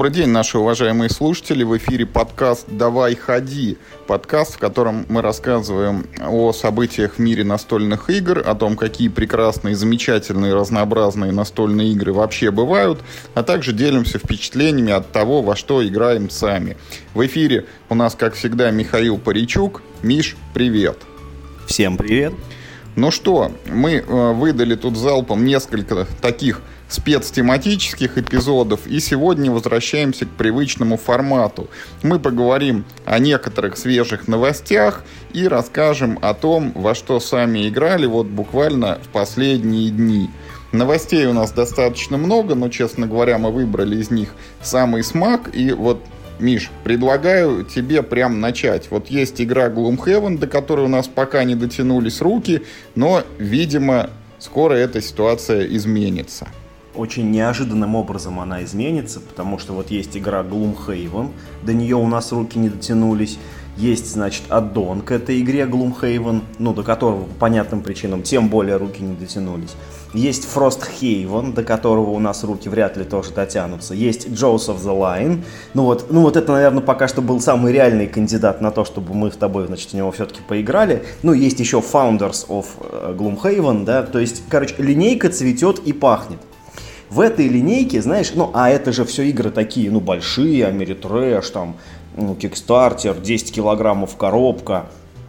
Добрый день, наши уважаемые слушатели. В эфире подкаст «Давай ходи». Подкаст, в котором мы рассказываем о событиях в мире настольных игр, о том, какие прекрасные, замечательные, разнообразные настольные игры вообще бывают, а также делимся впечатлениями от того, во что играем сами. В эфире у нас, как всегда, Михаил Паричук. Миш, привет. Всем привет. Ну что, мы выдали тут залпом несколько таких спецтематических эпизодов, и сегодня возвращаемся к привычному формату. Мы поговорим о некоторых свежих новостях и расскажем о том, во что сами играли вот буквально в последние дни. Новостей у нас достаточно много, но, честно говоря, мы выбрали из них самый смак, и вот, Миш, предлагаю тебе прям начать. Вот есть игра Gloomhaven, до которой у нас пока не дотянулись руки, но, видимо, скоро эта ситуация изменится. Очень неожиданным образом она изменится, потому что вот есть игра Gloomhaven, до нее у нас руки не дотянулись. Есть, значит, аддон к этой игре Gloomhaven, до которого по понятным причинам тем более руки не дотянулись. Есть Frosthaven, до которого у нас руки вряд ли тоже дотянутся. Есть Jaws of the Lion. Ну вот это, наверное, пока что был самый реальный кандидат на то, чтобы мы с тобой, значит, в него все-таки поиграли. Есть еще Founders of Gloomhaven, да, то есть, линейка цветет и пахнет. В этой линейке, знаешь, а это же все игры такие, большие, Америтрэш, там, Kickstarter, 10 килограммов коробка.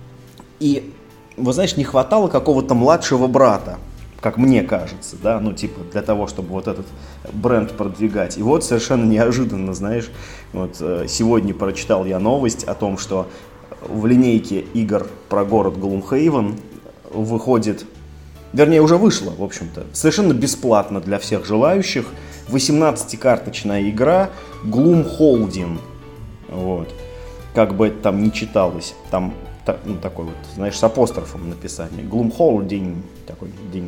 И, вы знаешь, не хватало какого-то младшего брата, как мне кажется, да, для того, чтобы вот этот бренд продвигать. И вот совершенно неожиданно, знаешь, сегодня прочитал я новость о том, что в линейке игр про город Gloomhaven выходит, вернее, уже вышла, в общем-то, совершенно бесплатно для всех желающих, 18-карточная игра Gloomholding. Вот. Как бы это там ни читалось, там такой вот, знаешь, с апострофом написание. Gloomholding, такой день.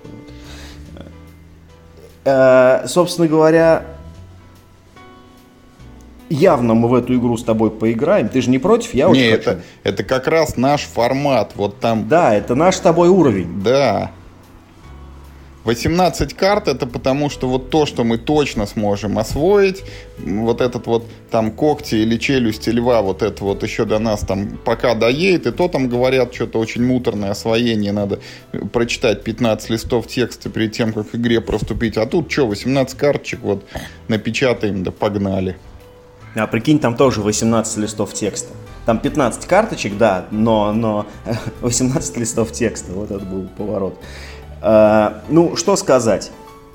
Собственно говоря, явно мы в эту игру с тобой поиграем. Ты же не против? Я очень хочу. Это как раз наш формат. Вот там. Да, это наш с тобой уровень. Да. 18 карт — это потому, что вот то, что мы точно сможем освоить, вот этот вот там когти или челюсти льва, вот это вот еще до нас там пока доедет, и то там говорят, что-то очень муторное освоение, надо прочитать 15 листов текста перед тем, как к игре проступить. А тут что, 18 карточек вот напечатаем, да погнали. А прикинь, там тоже 18 листов текста. Там 15 карточек, да, но 18 листов текста, вот это был поворот. Что сказать.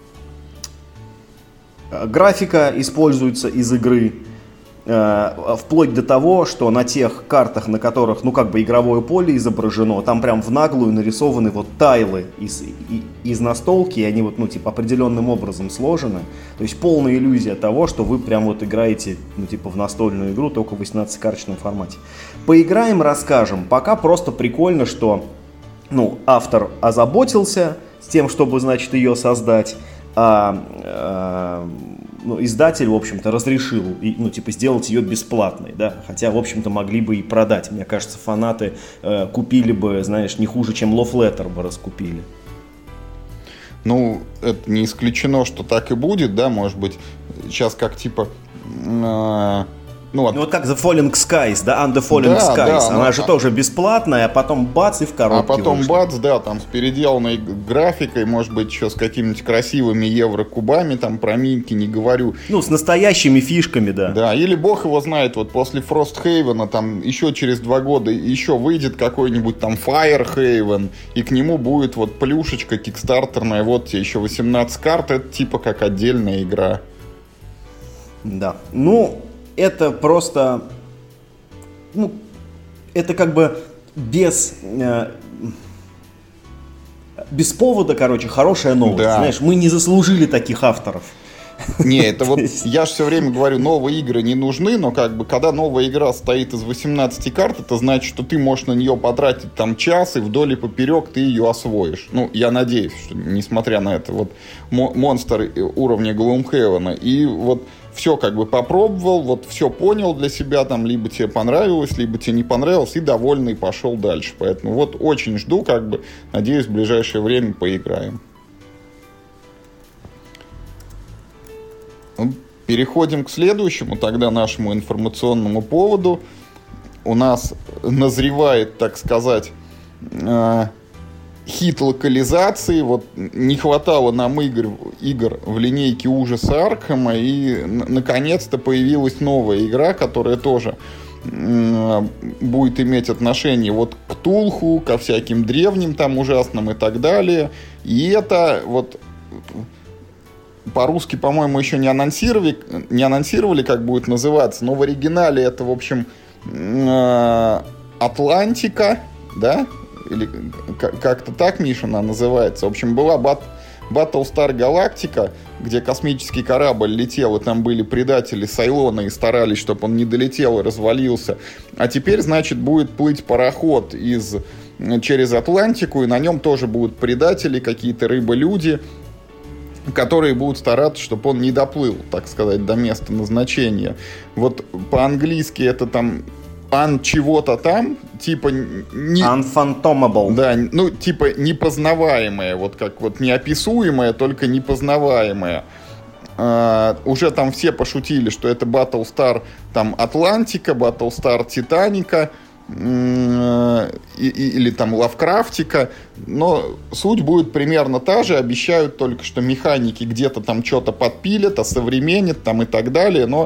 Графика используется из игры вплоть до того, что на тех картах, на которых, игровое поле изображено, там прям в наглую нарисованы вот тайлы из настолки, и они определенным образом сложены. То есть полная иллюзия того, что вы прям вот играете, в настольную игру, только в 18-карточном формате. Поиграем, расскажем. Пока просто прикольно, что автор озаботился с тем, чтобы, значит, ее создать, издатель, в общем-то, разрешил, сделать ее бесплатной, да, хотя, в общем-то, могли бы и продать. Мне кажется, фанаты купили бы, знаешь, не хуже, чем Love Letter бы раскупили. Это не исключено, что так и будет, да, может быть, сейчас как вот как The Falling Skies, да, Under Falling Skies, да, она же тоже бесплатная, а потом бац и в коробке. А потом вышла. Бац, да, там с переделанной графикой, может быть, еще с какими-нибудь красивыми еврокубами, там про миньки не говорю. С настоящими фишками, да. Да, или бог его знает, вот после Frosthaven, там еще через 2 года еще выйдет какой-нибудь там Firehaven, и к нему будет вот плюшечка кикстартерная, вот тебе еще 18 карт, это типа как отдельная игра. Да, это просто, это как бы без повода, хорошая новость. Да. Знаешь, мы не заслужили таких авторов. Не, это вот, я же все время говорю, новые игры не нужны, но когда новая игра состоит из 18 карт, это значит, что ты можешь на нее потратить там час, и вдоль и поперек ты ее освоишь. Я надеюсь, что несмотря на это, вот монстр уровня Gloomhaven, и вот все попробовал, вот все понял для себя, там, либо тебе понравилось, либо тебе не понравилось, и довольный пошел дальше. Поэтому вот очень жду, надеюсь, в ближайшее время поиграем. Переходим к следующему, тогда нашему информационному поводу. У нас назревает, так сказать, хит локализации. Вот не хватало нам игр в линейке ужаса Аркхема, и наконец-то появилась новая игра, которая тоже будет иметь отношение вот к Ктулху, ко всяким древним там ужасным и так далее. И это вот по-русски, по-моему, еще не анонсировали, как будет называться, но в оригинале это, в общем, Атлантика, да? Или как-то так, Миша, она называется. В общем, была Battlestar Galactica, где космический корабль летел, и там были предатели Сайлона, и старались, чтобы он не долетел и развалился. А теперь, значит, будет плыть пароход через Атлантику, и на нем тоже будут предатели, какие-то рыбы-люди, которые будут стараться, чтобы он не доплыл, так сказать, до места назначения. Вот по-английски это там чего-то там, типа... Unphantomable. Да, ну, типа непознаваемое, вот как вот неописуемое, только непознаваемое. Уже там все пошутили, что это Battlestar там Атлантика, Battlestar Титаника, или там Лавкрафтика, но суть будет примерно та же. Обещают только, что механики где-то там что-то подпилят, осовременят там и так далее, но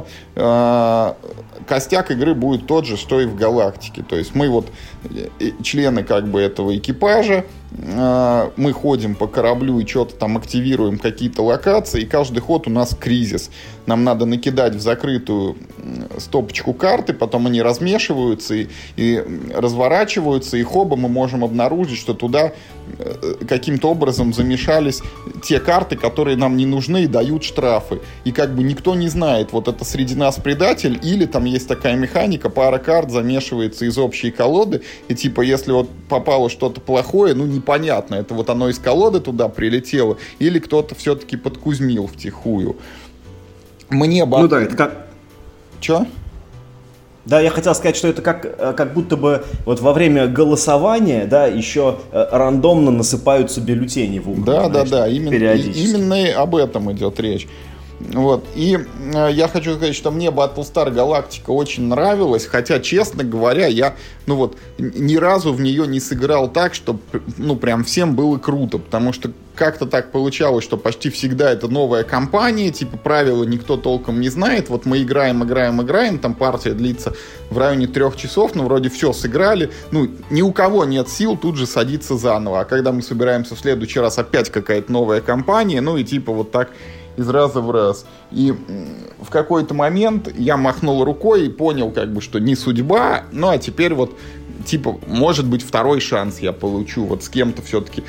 костяк игры будет тот же, что и в Галактике. То есть мы вот члены как бы этого экипажа, мы ходим по кораблю и что-то там активируем, какие-то локации, и каждый ход у нас кризис. Нам надо накидать в закрытую стопочку карты, потом они размешиваются и разворачиваются, и хоба мы можем обнаружить, что туда каким-то образом замешались те карты, которые нам не нужны, и дают штрафы. И как бы никто не знает, вот это среди нас предатель, или там есть такая механика, пара карт замешивается из общей колоды, и типа если вот попало что-то плохое, ну непонятно, это вот оно из колоды туда прилетело, или кто-то все-таки подкузмил втихую. Мне бы... Ну да, это как... Чё? Да, я хотел сказать, что это как будто бы вот во время голосования, да, еще рандомно насыпаются бюллетени в угол. Да, именно об этом идет речь. Вот. И я хочу сказать, что мне Battlestar Galactica очень нравилась, хотя, честно говоря, я ни разу в нее не сыграл так, чтобы прям всем было круто, потому что как-то так получалось, что почти всегда это новая кампания, типа правила никто толком не знает, вот мы играем, там партия длится в районе 3 часов, вроде все сыграли, ни у кого нет сил тут же садиться заново, а когда мы собираемся в следующий раз, опять какая-то новая кампания, и типа вот так из раза в раз. И в какой-то момент я махнул рукой и понял, как бы, что не судьба, а теперь вот, типа, может быть, второй шанс я получу, вот с кем-то все-таки,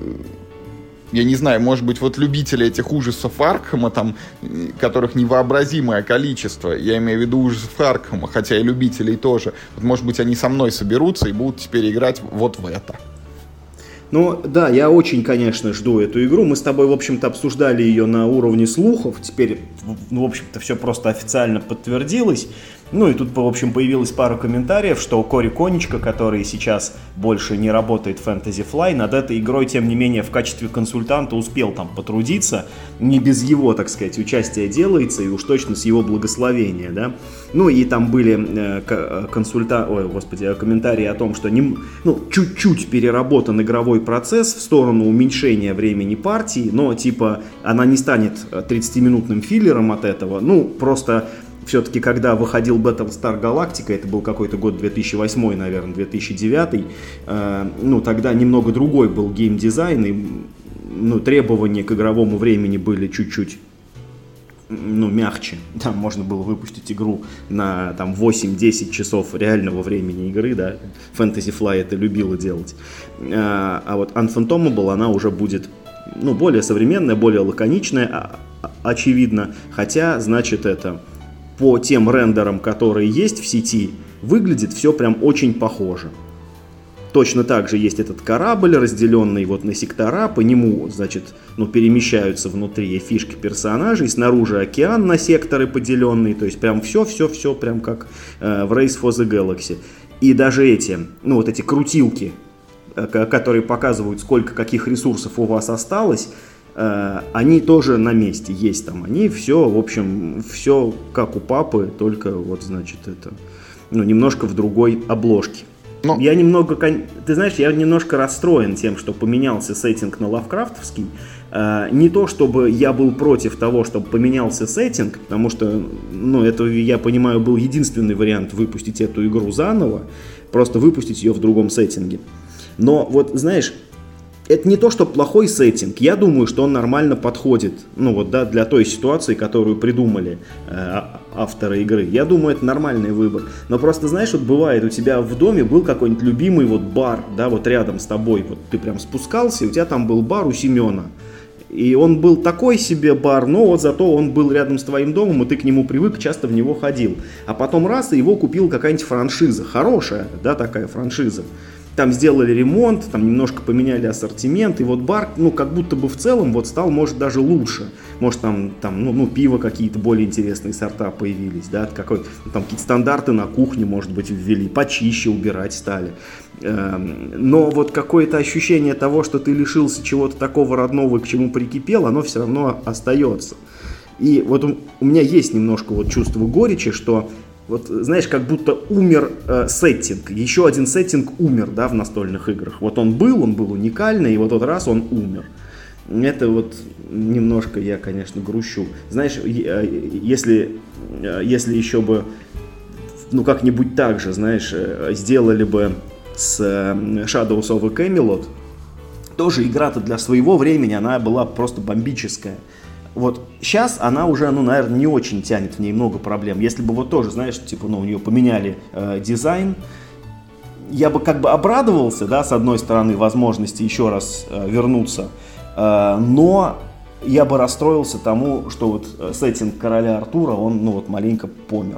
я не знаю, может быть, вот любители этих ужасов Аркхема, там, которых невообразимое количество, я имею в виду ужасов Аркхема, хотя и любителей тоже, вот, может быть, они со мной соберутся и будут теперь играть вот в это. Ну, да, я очень, конечно, жду эту игру. Мы с тобой, в общем-то, обсуждали ее на уровне слухов. Теперь, в общем-то, все просто официально подтвердилось. И тут, в общем, появилась пара комментариев, что Кори Конечко, который сейчас больше не работает в Fantasy Flight, над этой игрой, тем не менее, в качестве консультанта успел там потрудиться. Не без его, так сказать, участия делается, и уж точно с его благословения, да. И там были комментарии о том, что чуть-чуть переработан игровой процесс в сторону уменьшения времени партии, но, типа, она не станет 30-минутным филлером от этого, просто... Все-таки, когда выходил Battlestar Galactica, это был какой-то год 2008, наверное, 2009, тогда немного другой был геймдизайн, и требования к игровому времени были чуть-чуть мягче. Там можно было выпустить игру на 8-10 часов реального времени игры, да, Fantasy Flight это любила делать. А вот Unphantomable, она уже будет более современная, более лаконичная, очевидно, хотя, значит, это... По тем рендерам, которые есть в сети, выглядит все прям очень похоже. Точно так же есть этот корабль, разделенный вот на сектора, по нему, значит, перемещаются внутри фишки персонажей, снаружи океан на секторы поделенный, то есть прям все прям как в Race for the Galaxy. И даже эти, эти крутилки, которые показывают, сколько каких ресурсов у вас осталось, они тоже на месте, есть там они, все, в общем, все как у папы, только вот, значит, это, ну, немножко в другой обложке. Я немного, ты знаешь, я немножко расстроен тем, что поменялся сеттинг на лавкрафтовский. Не то, чтобы я был против того, чтобы поменялся сеттинг, потому что, ну, это, я понимаю, был единственный вариант выпустить эту игру заново, просто выпустить ее в другом сеттинге. Но вот, знаешь, это не то, что плохой сеттинг. Я думаю, что он нормально подходит, ну вот, да, для той ситуации, которую придумали авторы игры. Я думаю, это нормальный выбор. Но просто, знаешь, вот бывает, у тебя в доме был какой-нибудь любимый вот бар, да, вот рядом с тобой. Вот ты прям спускался, и у тебя там был бар у Семена. И он был такой себе бар, но вот зато он был рядом с твоим домом, и ты к нему привык, часто в него ходил. А потом раз, и его купил какая-нибудь франшиза, хорошая, да, такая франшиза. Там сделали ремонт, там немножко поменяли ассортимент, и вот бар, ну, как будто бы в целом вот стал, может, даже лучше. Может, там ну, пиво какие-то более интересные сорта появились, да, там какие-то стандарты на кухне, может быть, ввели, почище убирать стали. Но вот какое-то ощущение того, что ты лишился чего-то такого родного и к чему прикипел, оно все равно остается. И вот у меня есть немножко вот чувство горечи, что вот, знаешь, как будто умер сеттинг, еще один сеттинг умер, да, в настольных играх. Вот он был уникальный, и вот тот раз он умер. Это вот немножко я, конечно, грущу. Знаешь, если еще бы, ну, как-нибудь так же, знаешь, сделали бы с Shadows of Camelot, тоже игра-то для своего времени, она была просто бомбическая. Вот сейчас она уже, ну, наверное, не очень тянет, в ней много проблем. Если бы вот тоже, знаешь, типа, ну, у нее поменяли дизайн, я бы как бы обрадовался, да, с одной стороны, возможности еще раз вернуться, но я бы расстроился тому, что вот сеттинг Короля Артура, он, ну, вот маленько помер.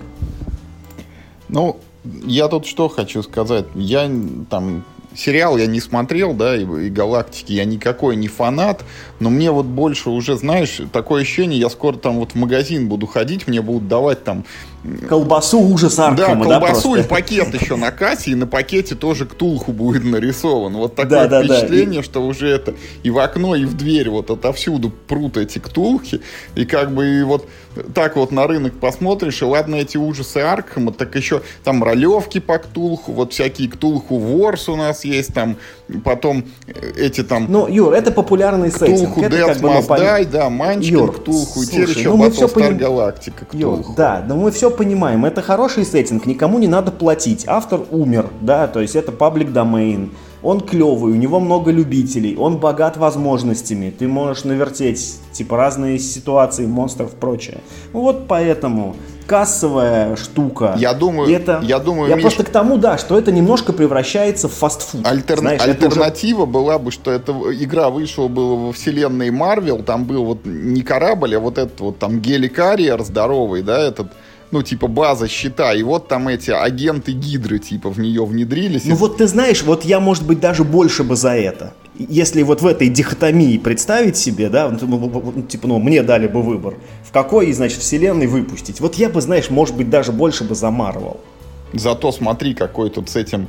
Ну, я тут что хочу сказать. Я там... Сериал я не смотрел, да, и «Галактики» я никакой не фанат, но мне вот больше уже, знаешь, такое ощущение, я скоро там вот в магазин буду ходить, мне будут давать там... Колбасу ужас Аркхема, да, колбасу и пакет еще на кассе, и на пакете тоже Ктулху будет нарисован. Вот такое впечатление, что уже это и в окно, и в дверь вот отовсюду прут эти Ктулхи, и как бы и вот так вот на рынок посмотришь, и ладно эти ужасы Аркхема, так еще там ролевки по Ктулху, вот всякие Ктулху Ворс у нас есть, там потом эти там... Ну, Юр, это популярный сеттинг. Ктулху Death Must Die, да, Манчкин Ктулху, и теперь еще Battlestar Galactica Ктулху. Да, но мы все понимаем, это хороший сеттинг, никому не надо платить, автор умер, да, то есть это public domain, он клевый, у него много любителей, он богат возможностями, ты можешь навертеть, типа, разные ситуации, монстров и прочее. Вот поэтому кассовая штука. Я думаю, Миш, просто к тому, да, что это немножко превращается в фастфуд. Альтернатива была бы, что эта игра вышла была во вселенной Marvel, там был вот не корабль, а вот этот вот там геликарьер здоровый, да, этот, ну, типа, база щита, и вот там эти агенты Гидры, типа, в нее внедрились. Ну, вот ты знаешь, вот я, может быть, даже больше бы за это. Если вот в этой дихотомии представить себе, да, типа, ну, мне дали бы выбор, в какой, значит, вселенной выпустить, вот я бы, знаешь, может быть, даже больше бы за Marvel. Зато смотри, какой тут с этим,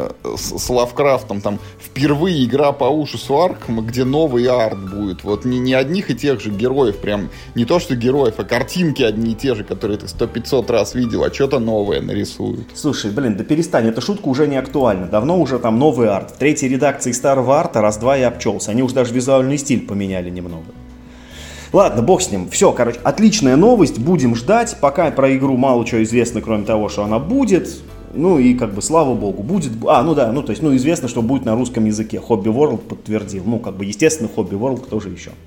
с Лавкрафтом, там впервые игра по ужасу Аркхема, где новый арт будет. Вот не одних и тех же героев, прям не то что героев, а картинки одни и те же, которые ты 100-500 раз видел, а что-то новое нарисуют. Слушай, блин, да перестань, эта шутка уже не актуальна. Давно уже там новый арт. В третьей редакции старого арта раз-два и обчелся. Они уже даже визуальный стиль поменяли немного. Ладно, бог с ним. Все, короче, отличная новость. Будем ждать. Пока про игру мало чего известно, кроме того, что она будет. Ну и как бы, слава богу, будет. То есть, известно, что будет на русском языке. Hobby World подтвердил. Ну, как бы, естественно, Hobby World, кто же еще.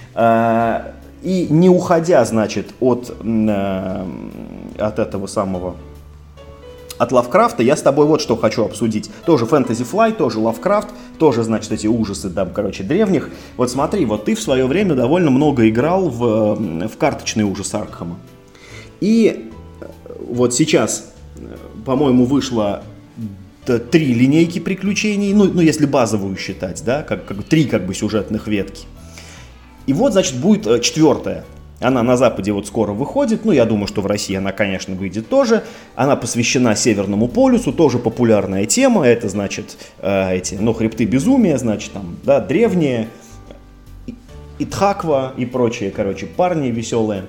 И не уходя, значит, от этого самого... От Лавкрафта я с тобой вот что хочу обсудить. Тоже Fantasy Flight, тоже Лавкрафт, тоже, значит, эти ужасы, там, короче, древних. Вот смотри, вот ты в свое время довольно много играл в карточный ужас Аркхема. И вот сейчас, по-моему, вышло 3 линейки приключений, ну если базовую считать, да, как 3 как бы сюжетных ветки. И вот, значит, будет 4-я. Она на Западе вот скоро выходит, ну, я думаю, что в России она, конечно, выйдет тоже. Она посвящена Северному полюсу, тоже популярная тема. Это, значит, хребты безумия, значит, там, да, древние. Итхаква и прочие, парни веселые.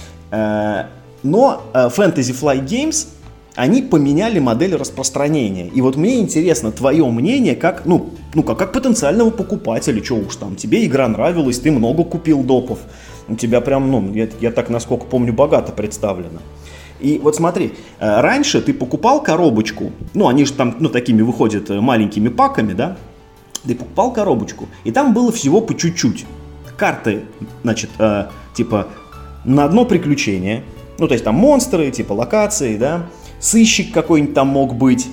Но Fantasy Flight Games, они поменяли модель распространения. И вот мне интересно твое мнение, как потенциального покупателя, что уж там, тебе игра нравилась, ты много купил допов, у тебя прям, я так, насколько помню, богато представлено. И вот смотри, раньше ты покупал коробочку, они же там, такими выходят маленькими паками, да, ты покупал коробочку, и там было всего по чуть-чуть. Карты, значит, типа на одно приключение, то есть там монстры, типа локации, да, сыщик какой-нибудь там мог быть,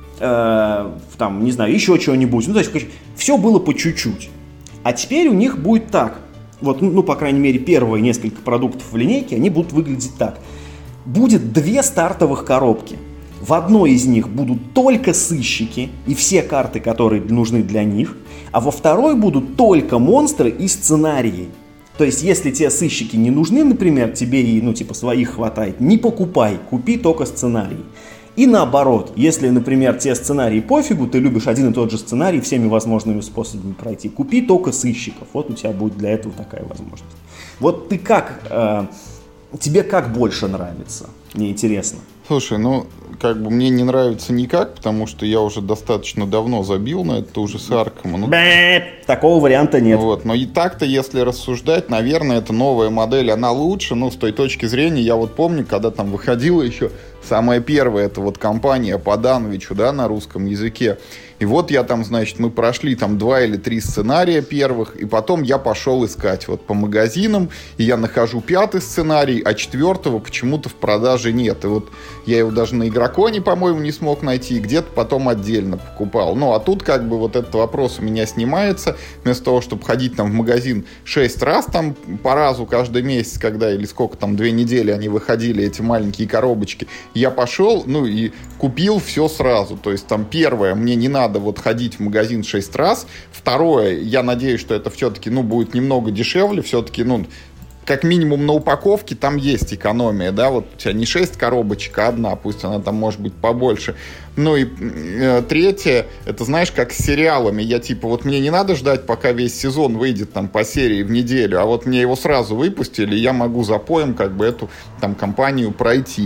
там, не знаю, еще чего-нибудь. То есть все было по чуть-чуть. А теперь у них будет так. Вот, по крайней мере, первые несколько продуктов в линейке, они будут выглядеть так. Будет 2 стартовых коробки. В одной из них будут только сыщики и все карты, которые нужны для них. А во второй будут только монстры и сценарии. То есть, если тебе сыщики не нужны, например, тебе и, своих хватает, не покупай, купи только сценарий. И наоборот, если, например, тебе сценарий пофигу, ты любишь один и тот же сценарий всеми возможными способами пройти, купи только сыщиков. Вот у тебя будет для этого такая возможность. Вот ты как, тебе как больше нравится? Мне интересно. Слушай, мне не нравится никак, потому что я уже достаточно давно забил на это уже с Аркхема. Такого варианта нет. Вот, но и так-то, если рассуждать, наверное, эта новая модель, она лучше, с той точки зрения, я вот помню, когда там выходила еще самая первая, это вот компания по Дановичу, да, на русском языке. И вот я там, значит, мы прошли там 2 или 3 сценария первых, и потом я пошел искать вот по магазинам, и я нахожу 5-й сценарий, а 4-го почему-то в продаже нет. И вот я его даже на Игроконе, по-моему, не смог найти, и где-то потом отдельно покупал. А тут как бы вот этот вопрос у меня снимается. Вместо того, чтобы ходить там в магазин 6 раз там по разу каждый месяц, когда или сколько там, 2 недели они выходили, эти маленькие коробочки, я пошел, и купил все сразу. То есть там первое, мне не надо вот ходить в магазин 6 раз. Второе, я надеюсь, что это все-таки, будет немного дешевле, все-таки, как минимум на упаковке там есть экономия, да, вот у тебя не 6 коробочек, а 1, пусть она там может быть побольше. И третье, это знаешь, как с сериалами, я вот мне не надо ждать, пока весь сезон выйдет там по серии в неделю, а вот мне его сразу выпустили, и я могу запоем как бы эту там кампанию пройти.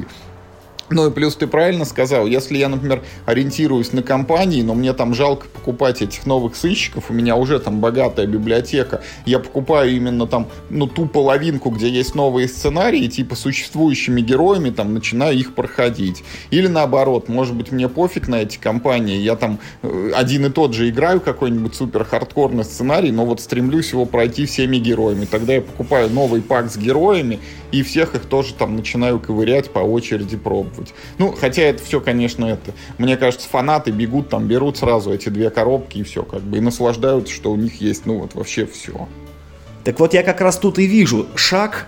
И плюс ты правильно сказал, если я, например, ориентируюсь на компании, но мне там жалко покупать этих новых сыщиков, у меня уже там богатая библиотека, я покупаю именно там, ту половинку, где есть новые сценарии, типа существующими героями, там, начинаю их проходить. Или наоборот, может быть, мне пофиг на эти компании, я там один и тот же играю какой-нибудь супер хардкорный сценарий, но вот стремлюсь его пройти всеми героями. Тогда я покупаю новый пак с героями и всех их тоже там начинаю ковырять по очереди, пробовать. Хотя это все, конечно, мне кажется, фанаты бегут, там, берут сразу эти 2 коробки и все, как бы, и наслаждаются, что у них есть, вообще все. Так вот я как раз тут и вижу шаг,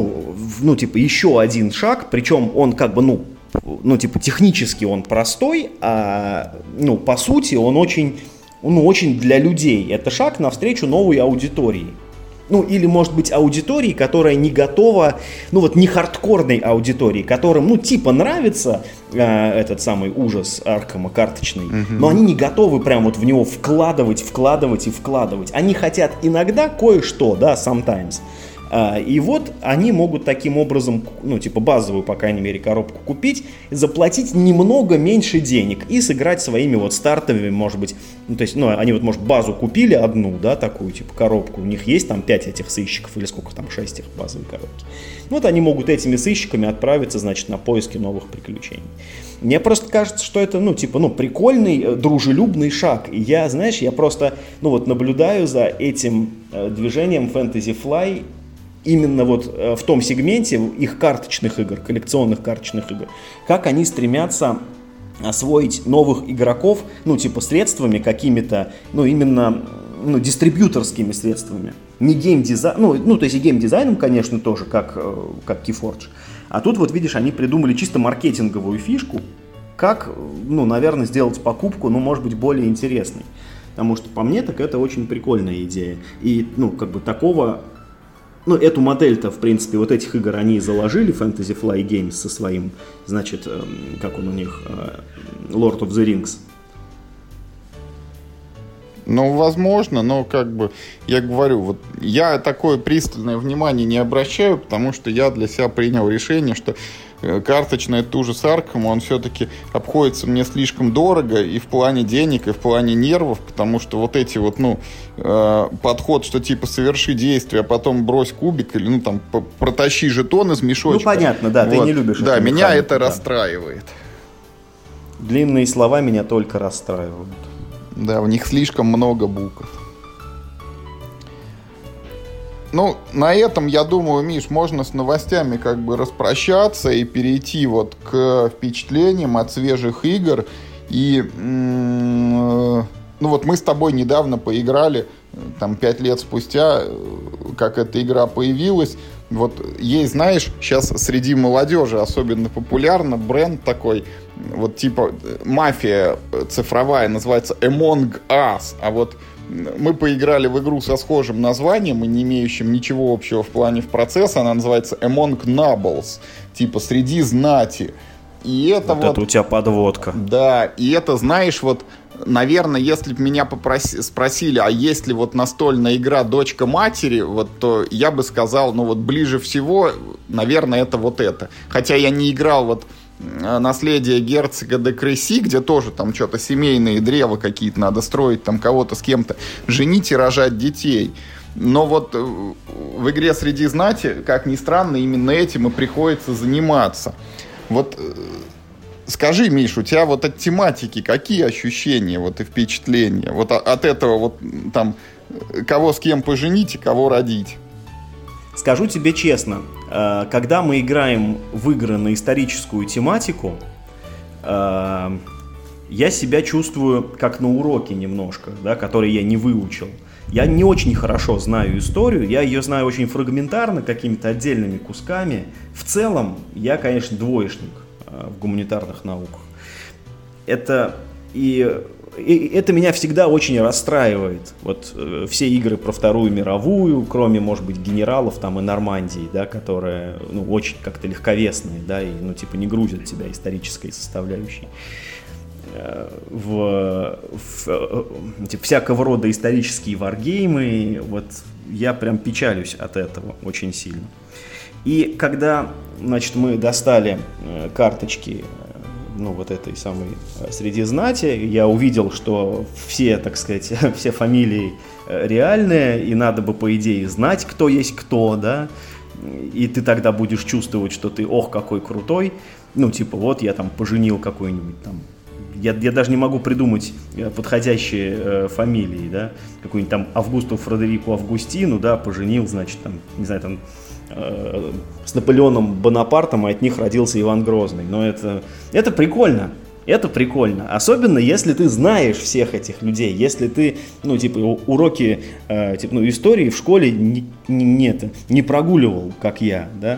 еще один шаг, причем он как бы, технически он простой, а, по сути, он очень для людей. Это шаг навстречу новой аудитории. Или, может быть, аудитории, которая не готова, не хардкорной аудитории, которым, нравится этот самый ужас Аркхема карточный, но они не готовы прям вот в него вкладывать. Они хотят иногда кое-что, да, sometimes. И вот они могут таким образом, базовую, по крайней мере, коробку купить, заплатить немного меньше денег и сыграть своими вот стартовыми, может быть, они вот, может, базу купили одну, да, такую, коробку, у них есть там 5 этих сыщиков или сколько там, 6 их базовой коробки. Вот они могут этими сыщиками отправиться, значит, на поиски новых приключений. Мне просто кажется, что это, прикольный, дружелюбный шаг. И я просто, наблюдаю за этим движением Fantasy Fly именно вот в том сегменте их карточных игр, коллекционных карточных игр, как они стремятся освоить новых игроков, средствами какими-то, именно, дистрибьюторскими средствами. Не геймдизайн, то есть и геймдизайном, конечно, тоже, как Keyforge. А тут вот, видишь, они придумали чисто маркетинговую фишку, как, наверное, сделать покупку, может быть, более интересной. Потому что, по мне, так это очень прикольная идея. И, такого... эту модель-то, в принципе, вот этих игр они заложили, Fantasy Fly Games со своим, значит, как он у них, Lord of the Rings. Ну, возможно, но как бы, я говорю, вот я такое пристальное внимание не обращаю, потому что я для себя принял решение, что карточный этот ужас Аркхема, он все-таки обходится мне слишком дорого и в плане денег, и в плане нервов, потому что вот эти вот, подход, что типа соверши действие, а потом брось кубик, или, там, протащи жетон из мешочка. Ну, понятно, да, вот. Ты не любишь да, меня механику, это расстраивает. Длинные слова меня только расстраивают. Да, в них слишком много букв. Ну, на этом, я думаю, Миш, можно с новостями как бы распрощаться и перейти вот к впечатлениям от свежих игр. И, вот мы с тобой недавно поиграли, там, 5 лет спустя, как эта игра появилась. Вот есть, знаешь, сейчас среди молодежи особенно популярно бренд такой, вот типа мафия цифровая, называется Among Us. А вот мы поиграли в игру со схожим названием и не имеющим ничего общего в плане в процесс. Она называется Among Nobles, типа среди знати. И это вот это у тебя подводка. Да, и это, знаешь, вот, наверное, если бы меня спросили, а есть ли вот настольная игра «Дочка матери», вот, то я бы сказал, ближе всего, наверное, это вот это. Хотя я не играл вот «Наследие герцога де Креси», где тоже там что-то семейные древа какие-то надо строить, там кого-то с кем-то женить и рожать детей. Но вот в игре «Среди знати», как ни странно, именно этим и приходится заниматься. Вот скажи, Миш, у тебя вот от тематики какие ощущения вот и впечатления? Вот от этого вот там кого с кем поженить и кого родить? Скажу тебе честно, когда мы играем в игры на историческую тематику, я себя чувствую как на уроке немножко, да, который я не выучил. Я не очень хорошо знаю историю, я ее знаю очень фрагментарно, какими-то отдельными кусками. В целом, я, конечно, двоечник в гуманитарных науках. Это меня всегда очень расстраивает. Вот все игры про Вторую мировую, кроме, может быть, генералов там и Нормандии, да, которые очень как-то легковесные, да, и не грузят тебя исторической составляющей. Всякого рода исторические варгеймы, вот я прям печалюсь от этого очень сильно. И когда, мы достали карточки, вот этой самой «Среди знати», я увидел, что все, так сказать, все фамилии реальные, и надо бы, по идее, знать, кто есть кто, да, и ты тогда будешь чувствовать, что ты, какой крутой, вот я там поженил какой-нибудь там, я даже не могу придумать подходящие фамилии, да, какую-нибудь там Августу Фредерику Августину, да, поженил, значит, там, не знаю, там, с Наполеоном Бонапартом, и от них родился Иван Грозный. Но это прикольно. Это прикольно. Особенно, если ты знаешь всех этих людей. Если ты, уроки истории в школе не прогуливал, как я, да.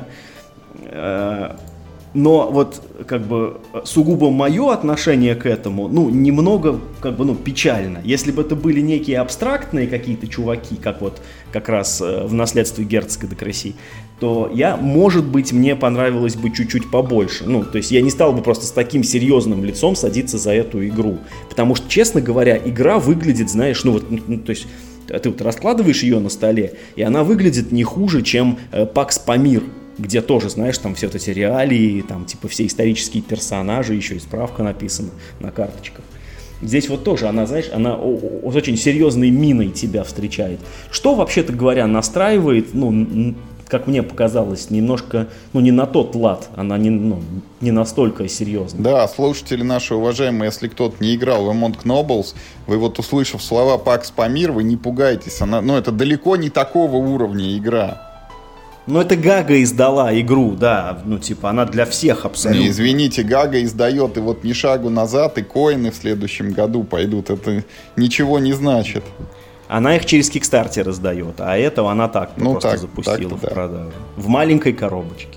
Но вот, сугубо мое отношение к этому, немного, печально. Если бы это были некие абстрактные какие-то чуваки, как раз в «Наследстве герцога де Креси», то может быть, мне понравилось бы чуть-чуть побольше. То есть я не стал бы просто с таким серьезным лицом садиться за эту игру. Потому что, честно говоря, игра выглядит, знаешь, то есть ты вот раскладываешь ее на столе, и она выглядит не хуже, чем «Пакс Памир», где тоже, знаешь, там все вот эти реалии, там типа все исторические персонажи, еще и справка написана на карточках. Здесь вот тоже она, знаешь, она с очень серьезной миной тебя встречает. Что, вообще-то говоря, настраивает, как мне показалось, немножко, не на тот лад, она не настолько серьезная. Да, слушатели наши уважаемые, если кто-то не играл в Among Nobles, вы вот, услышав слова «Пакс Памир», вы не пугайтесь, это далеко не такого уровня игра. Это Гага издала игру, да, она для всех абсолютно. Не, извините, Гага издает, и вот ни шагу назад, и коины в следующем году пойдут, это ничего не значит. Она их через Kickstarter издает, а этого она так просто запустила в продажу. В маленькой коробочке.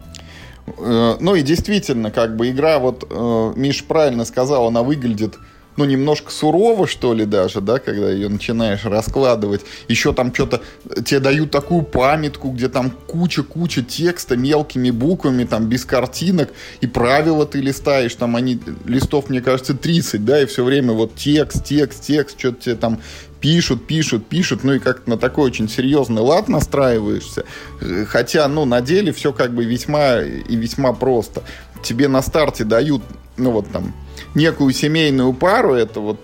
И действительно, игра, Миш правильно сказал, она выглядит ну, немножко сурово, что ли, даже, да, когда ее начинаешь раскладывать. Еще там что-то тебе дают такую памятку, где там куча текста мелкими буквами, там, без картинок, и правила ты листаешь, там они, листов, мне кажется, 30, да, и все время вот текст, что-то тебе там пишут, ну и как-то на такой очень серьезный лад настраиваешься. Хотя, ну, на деле все как бы весьма просто. Тебе на старте дают, ну, вот там, некую семейную пару, это вот...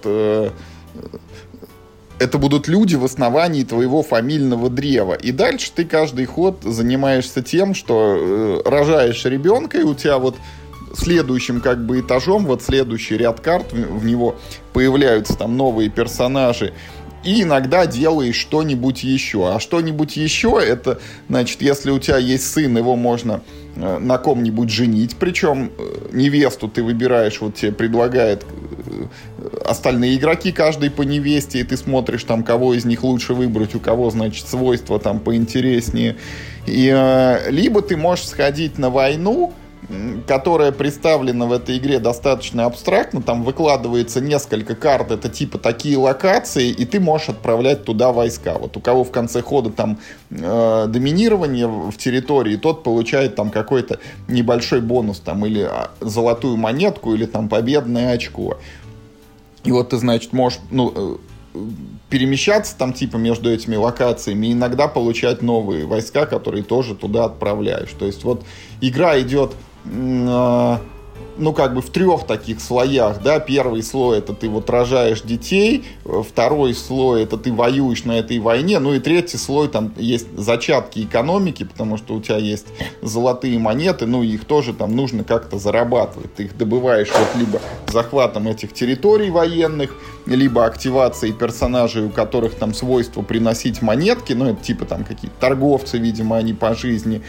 это будут люди в основании твоего фамильного древа. И дальше ты каждый ход занимаешься тем, что рожаешь ребенка, и у тебя вот следующим как бы этажом, вот следующий ряд карт, в него появляются там новые персонажи. И иногда делаешь что-нибудь еще. А что-нибудь еще, это, значит, если у тебя есть сын, его можно на ком-нибудь женить. Причем невесту ты выбираешь, вот тебе предлагают остальные игроки, каждый по невесте, и ты смотришь там, кого из них лучше выбрать, у кого, значит, свойства там поинтереснее. И либо ты можешь сходить на войну, которая представлена в этой игре достаточно абстрактно, там выкладывается несколько карт, это типа такие локации, и ты можешь отправлять туда войска. Вот у кого в конце хода там доминирование в территории, тот получает там какой-то небольшой бонус, там, или золотую монетку, или там победное очко. И вот ты, значит, можешь, ну, перемещаться там типа между этими локациями и иногда получать новые войска, которые тоже туда отправляешь. То есть вот игра идет, ну, как бы в 3 таких слоях, да. Первый слой — это ты вот рожаешь детей, второй слой — это ты воюешь на этой войне, ну и третий слой, там есть зачатки экономики, потому что у тебя есть золотые монеты, ну и их тоже там нужно как-то зарабатывать. Ты их добываешь вот либо захватом этих территорий военных, либо активацией персонажей, у которых там свойство приносить монетки, ну это типа там какие-то торговцы, видимо, они по жизни,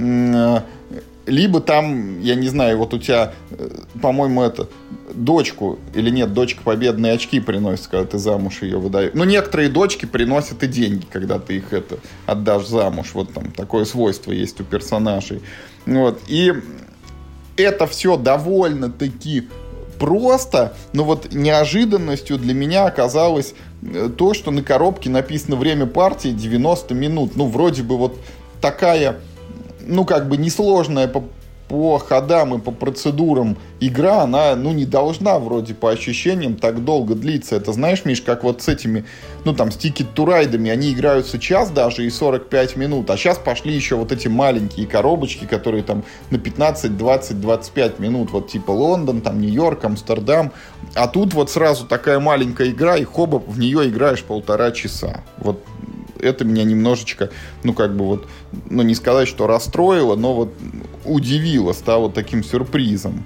либо там, я не знаю, вот у тебя, по-моему, это дочку, или нет, дочка победные очки приносит, когда ты замуж ее выдаешь. Ну, некоторые дочки приносят и деньги, когда ты их это отдашь замуж. Вот там такое свойство есть у персонажей. Вот. И это все довольно-таки просто, но вот неожиданностью для меня оказалось то, что на коробке написано время партии 90 минут. Ну, вроде бы вот такая... ну, как бы несложная по ходам и по процедурам игра, она, ну, не должна вроде по ощущениям так долго длиться. Это, знаешь, Миш, как вот с этими, ну, там, с Ticket to Ride'ами, они играются час даже и 45 минут, а сейчас пошли еще вот эти маленькие коробочки, которые там на 15, 20, 25 минут, вот типа Лондон, там, Нью-Йорк, Амстердам, а тут вот сразу такая маленькая игра, и хоба, в нее играешь 1,5 часа. Вот это меня немножечко, ну, как бы вот, ну, не сказать, что расстроило, но вот удивило, стало таким сюрпризом.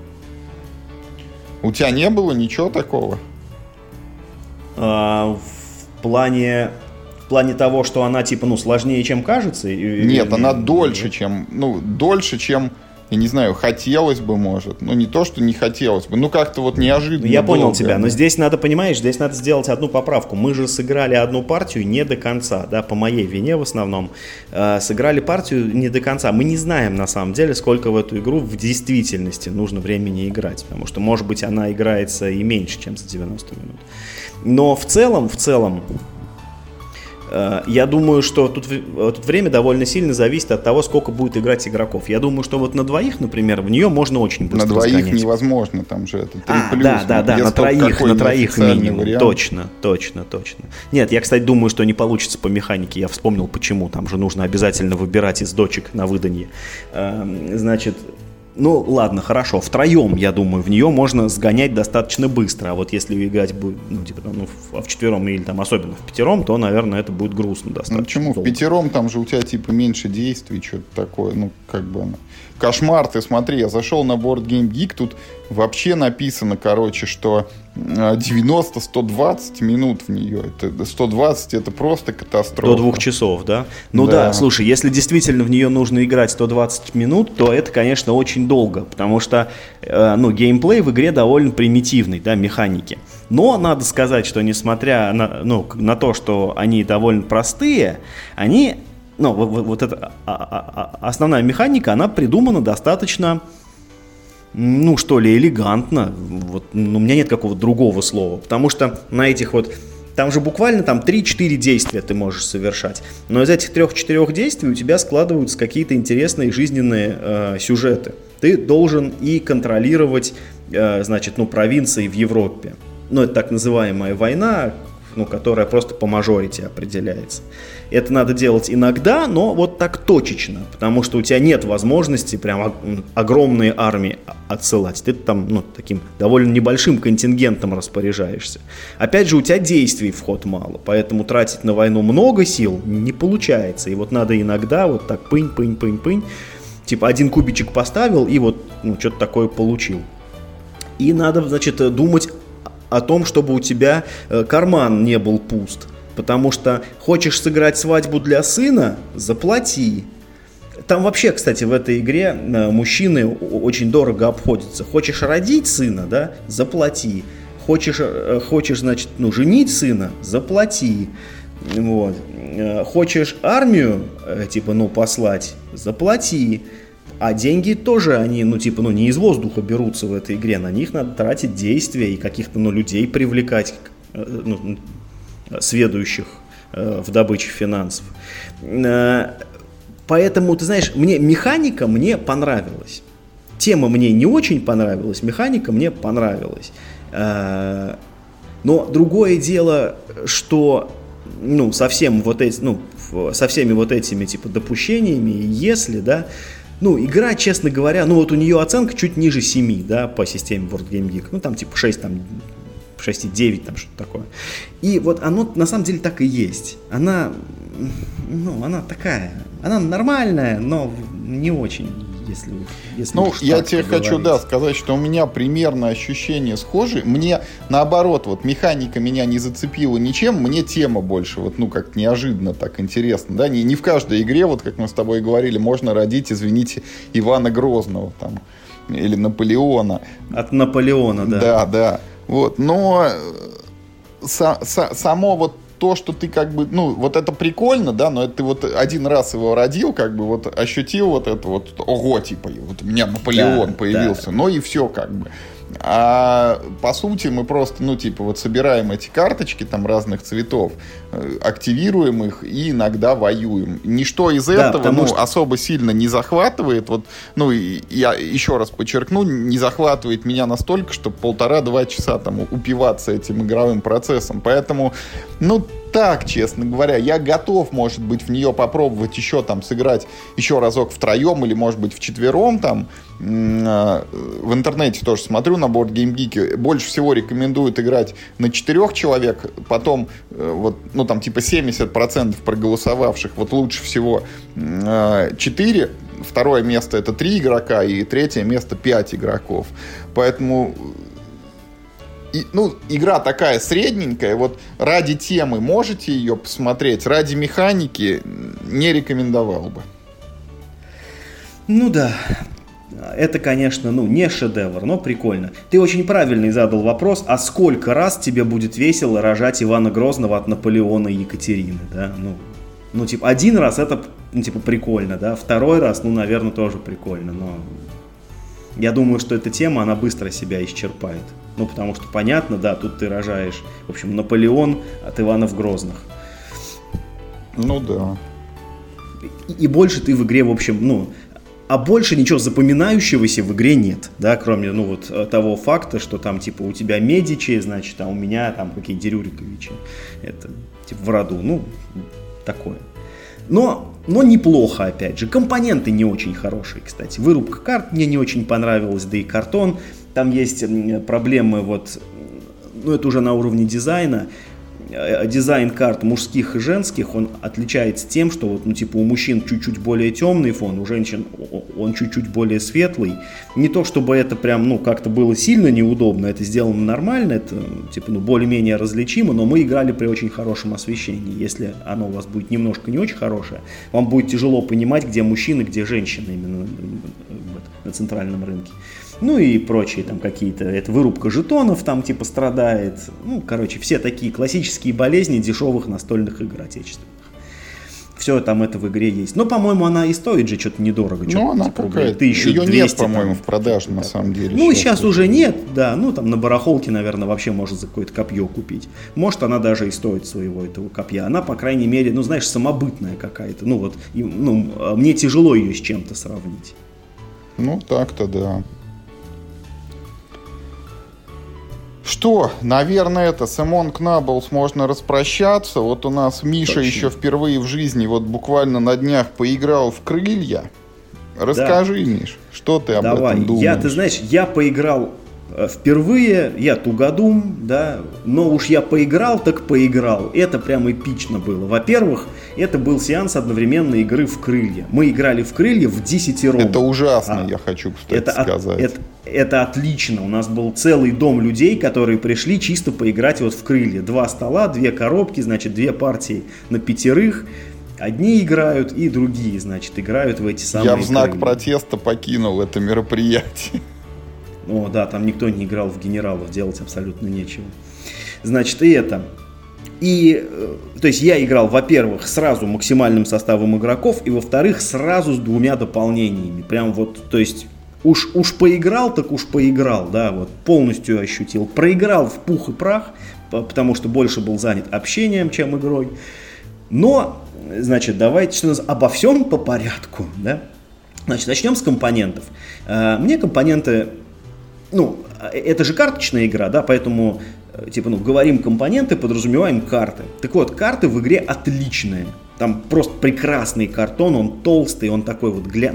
У тебя не было ничего такого? В плане того, что она, типа, ну, сложнее, чем кажется? Нет, она дольше, чем, я не знаю, хотелось бы, может. Ну, не то, что не хотелось бы. Ну, как-то вот неожиданно. Я понял тебя, но здесь надо, понимаешь, здесь надо сделать одну поправку. Мы же сыграли одну партию не до конца, да, по моей вине в основном. Сыграли партию не до конца. Мы не знаем, на самом деле, сколько в эту игру в действительности нужно времени играть. Потому что, может быть, она играется и меньше, чем за 90 минут. Но в целом, я думаю, что тут время довольно сильно зависит от того, сколько будет играть игроков. Я думаю, что вот на двоих, например, в нее можно очень быстро сгонять. На двоих сгонять. Невозможно, там же это 3+. Да, на троих минимум. Вариант. Точно. Нет, я, кстати, думаю, что не получится по механике. Я вспомнил, почему. Там же нужно обязательно выбирать из дочек на выданье. Значит... Ну, ладно, хорошо. Втроем, я думаю, в нее можно сгонять достаточно быстро. А вот если играть будет, ну, типа, ну, вчетвером или там особенно в пятером, то, наверное, это будет грустно достаточно. Ну, почему? Долго. В пятером там же у тебя, типа, меньше действий, что-то такое. Ну, как бы оно... Кошмар, ты смотри, я зашел на Board Game Geek, тут вообще написано, короче, что 90-120 минут в нее. Это 120, это просто катастрофа. До 2 часов, да? Ну да, слушай, если действительно в нее нужно играть 120 минут, то это, конечно, очень долго, потому что, ну, геймплей в игре довольно примитивный, да, механики. Но надо сказать, что несмотря на то, что они довольно простые, они... Ну, вот эта основная механика, она придумана достаточно ну, что ли, элегантно. Вот, ну, у меня нет какого-то другого слова. Потому что на этих вот... Там же буквально там 3-4 действия ты можешь совершать. Но из этих 3-4 действий у тебя складываются какие-то интересные жизненные сюжеты. Ты должен и контролировать, значит, ну, провинции в Европе. Ну, это так называемая война, ну, которая просто по мажорити определяется. Это надо делать иногда, но вот так точечно, потому что у тебя нет возможности прям огромные армии отсылать. Ты там, ну, таким довольно небольшим контингентом распоряжаешься. Опять же, у тебя действий в ход мало, поэтому тратить на войну много сил не получается. И вот надо иногда вот так пынь, типа один кубичек поставил и вот, ну, что-то такое получил. И надо, значит, думать о том, чтобы у тебя карман не был пуст. Потому что хочешь сыграть свадьбу для сына – заплати. Там вообще, кстати, в этой игре мужчины очень дорого обходятся. Хочешь родить сына, да, заплати. Хочешь, значит, ну, женить сына – заплати. Вот. Хочешь армию, типа, ну, послать – заплати. А деньги тоже, они, ну, типа, ну, не из воздуха берутся в этой игре. На них надо тратить действия и каких-то, ну, людей привлекать, ну, сведущих в добыче финансов. Поэтому, ты знаешь, механика мне понравилась. Тема мне не очень понравилась, механика мне понравилась. Но другое дело, что, ну, со всеми вот этими, типа, допущениями, если, да, ну, игра, честно говоря, ну, вот у нее оценка чуть ниже 7, да, по системе World Game Geek. Ну, там, типа, 6, там, 6,9, там, что-то такое. И вот оно, на самом деле, так и есть. Она, ну, она такая, она нормальная, но не очень, если ну, я тебе хочу, да, сказать, что у меня примерно ощущения схожи. Мне, наоборот, вот механика меня не зацепила ничем, мне тема больше, вот, ну, как неожиданно, так интересно, да, не в каждой игре, вот, как мы с тобой говорили, можно родить, извините, Ивана Грозного, там, или Наполеона. От Наполеона, да. Да. Вот, но само вот то, что ты как бы, ну, вот это прикольно, да, но это ты вот один раз его родил, как бы вот ощутил вот это вот, ого, типа, вот у меня Наполеон появился, ну и все как бы. А по сути мы просто, ну, типа, вот собираем эти карточки там разных цветов, активируем их и иногда воюем. Ничто из этого, ну, особо сильно не захватывает. Вот, ну, я еще раз подчеркну, не захватывает меня настолько, чтобы 1,5-2 часа там упиваться этим игровым процессом. Поэтому, ну, так, честно говоря, я готов, может быть, в нее попробовать еще там сыграть еще разок втроем или, может быть, вчетвером там. В интернете тоже смотрю на Board Game Geek. Больше всего рекомендуют играть на 4 человек. Потом, вот, ну, там, типа 70% проголосовавших. Вот лучше всего 4. Второе место — это 3 игрока. И третье место — 5 игроков. Поэтому... ну, игра такая средненькая, вот ради темы можете ее посмотреть, ради механики не рекомендовал бы. Ну да, это, конечно, ну, не шедевр, но прикольно. Ты очень правильный задал вопрос, а сколько раз тебе будет весело рожать Ивана Грозного от Наполеона и Екатерины, да? Ну, типа, один раз это, ну, типа, прикольно, да, второй раз, ну, наверное, тоже прикольно, но я думаю, что эта тема, она быстро себя исчерпает. Ну, потому что понятно, да, тут ты рожаешь, в общем, Наполеон от Иванов Грозных. Ну, да. И больше ты в игре, в общем, ну, а больше ничего запоминающегося в игре нет, да, кроме, ну, вот того факта, что там, типа, у тебя Медичи, значит, а у меня там какие-то Рюриковичи. Это, типа, в роду, ну, такое. Но неплохо, опять же. Компоненты не очень хорошие, кстати. Вырубка карт мне не очень понравилась, да и картон. Там есть проблемы, вот, ну, это уже на уровне дизайна. Дизайн карт мужских и женских, он отличается тем, что вот, ну, типа, у мужчин чуть-чуть более темный фон, у женщин он чуть-чуть более светлый. Не то, чтобы это прям, ну, как-то было сильно неудобно, это сделано нормально, это, типа, ну, более-менее различимо, но мы играли при очень хорошем освещении. Если оно у вас будет немножко не очень хорошее, вам будет тяжело понимать, где мужчины, где женщины именно на центральном рынке. Ну и прочие там какие-то, это вырубка жетонов там типа страдает. Ну, короче, все такие классические болезни дешевых настольных игр отечественных. Все там это в игре есть. Но, по-моему, она и стоит же что-то недорого. Ну, она типа, какая-то. 1200, Ее нет, там, по-моему, в продаже, на самом деле. Ну, сейчас уже нет, да. Ну, там на барахолке, наверное, вообще можно за какое-то копье купить. Может, она даже и стоит своего этого копья. Она, по крайней мере, ну, знаешь, самобытная какая-то. Ну, вот, мне тяжело ее с чем-то сравнить. Ну, так-то да. Что, наверное, с Among Knuckles можно распрощаться. Вот у нас Миша еще впервые в жизни, вот буквально на днях поиграл в «Крылья». Расскажи, да. Миш, что ты об этом думаешь? Ты знаешь, я поиграл впервые, я тугодум, да, но уж я поиграл, так поиграл. Это прям эпично было. Во-первых, это был сеанс одновременной игры в «Крылья». Мы играли в «Крылья» в 10-ром. Это ужасно, я хочу, кстати, сказать. Это отлично. У нас был целый дом людей, которые пришли чисто поиграть вот в «Крылья». 2 стола, 2 коробки, значит, 2 партии на 5. Одни играют, и другие, значит, играют в эти самые Я в знак «Крылья». протеста покинул это мероприятие. О, да, там никто не играл в генералов, делать абсолютно нечего. Значит, и это. То есть я играл, во-первых, сразу максимальным составом игроков, и во-вторых, сразу с 2 дополнениями. Прям вот, то есть, уж поиграл, так уж поиграл, да, вот, полностью ощутил. Проиграл в пух и прах, потому что больше был занят общением, чем игрой. Но, значит, давайте, что у нас, обо всем по порядку, да. Значит, начнем с компонентов. Мне компоненты... Ну, это же карточная игра, да, поэтому, говорим компоненты, подразумеваем карты. Так вот, карты в игре отличные. Там просто прекрасный картон, он толстый, он такой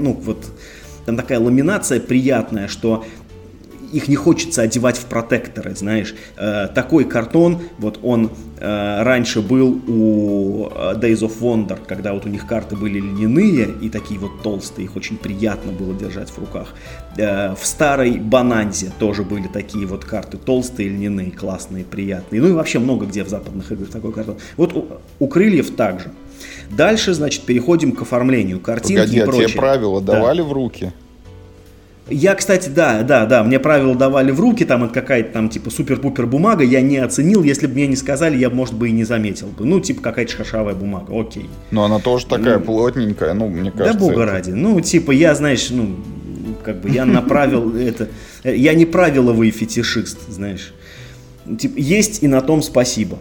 там такая ламинация приятная, что их не хочется одевать в протекторы, знаешь. Такой картон, вот он раньше был у Days of Wonder, когда вот у них карты были льняные и такие вот толстые, их очень приятно было держать в руках. В старой Bonanza тоже были такие вот карты, толстые, льняные, классные, приятные. Ну и вообще много где в западных играх такой картон. Вот у «Крыльев» также. Дальше, значит, переходим к оформлению картинки и прочее. Тебе правила давали в руки? Я, кстати, да, мне правила давали в руки, там это какая-то там типа супер-пупер бумага, я не оценил, если бы мне не сказали, я, может быть, и не заметил бы. Ну, типа какая-то шершавая бумага, окей. Но она тоже такая плотненькая, мне кажется. Да бога ради, я, знаешь, я направил это, я не правиловый фетишист, знаешь. Есть и на том спасибо.